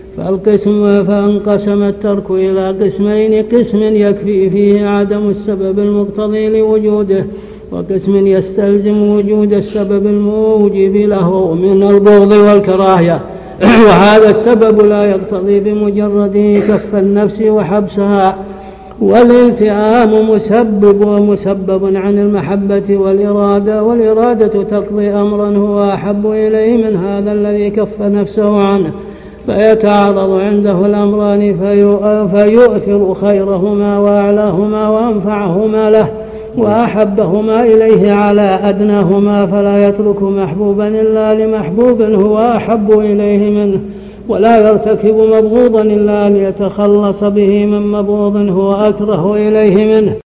فالقسم فانقسم الترك إلى قسمين: قسم يكفي فيه عدم السبب المقتضي لوجوده، وقسم يستلزم وجود السبب الموجب له من البغض والكراهية، وهذا السبب لا يقتضي بمجرده كف النفس وحبسها. والالتئام مسبب ومسبب عن المحبة والإرادة، والإرادة تقضي أمرا هو أحب إليه من هذا الذي كف نفسه عنه، فيتعارض عنده الأمران فيؤثر خيرهما وأعلاهما وأنفعهما له وأحبهما إليه على أدناهما، فلا يترك محبوبا إلا لمحبوب هو أحب إليه منه، ولا يرتكب مبغوضا إلا ليتخلص به من مبغوض هو أكره إليه منه.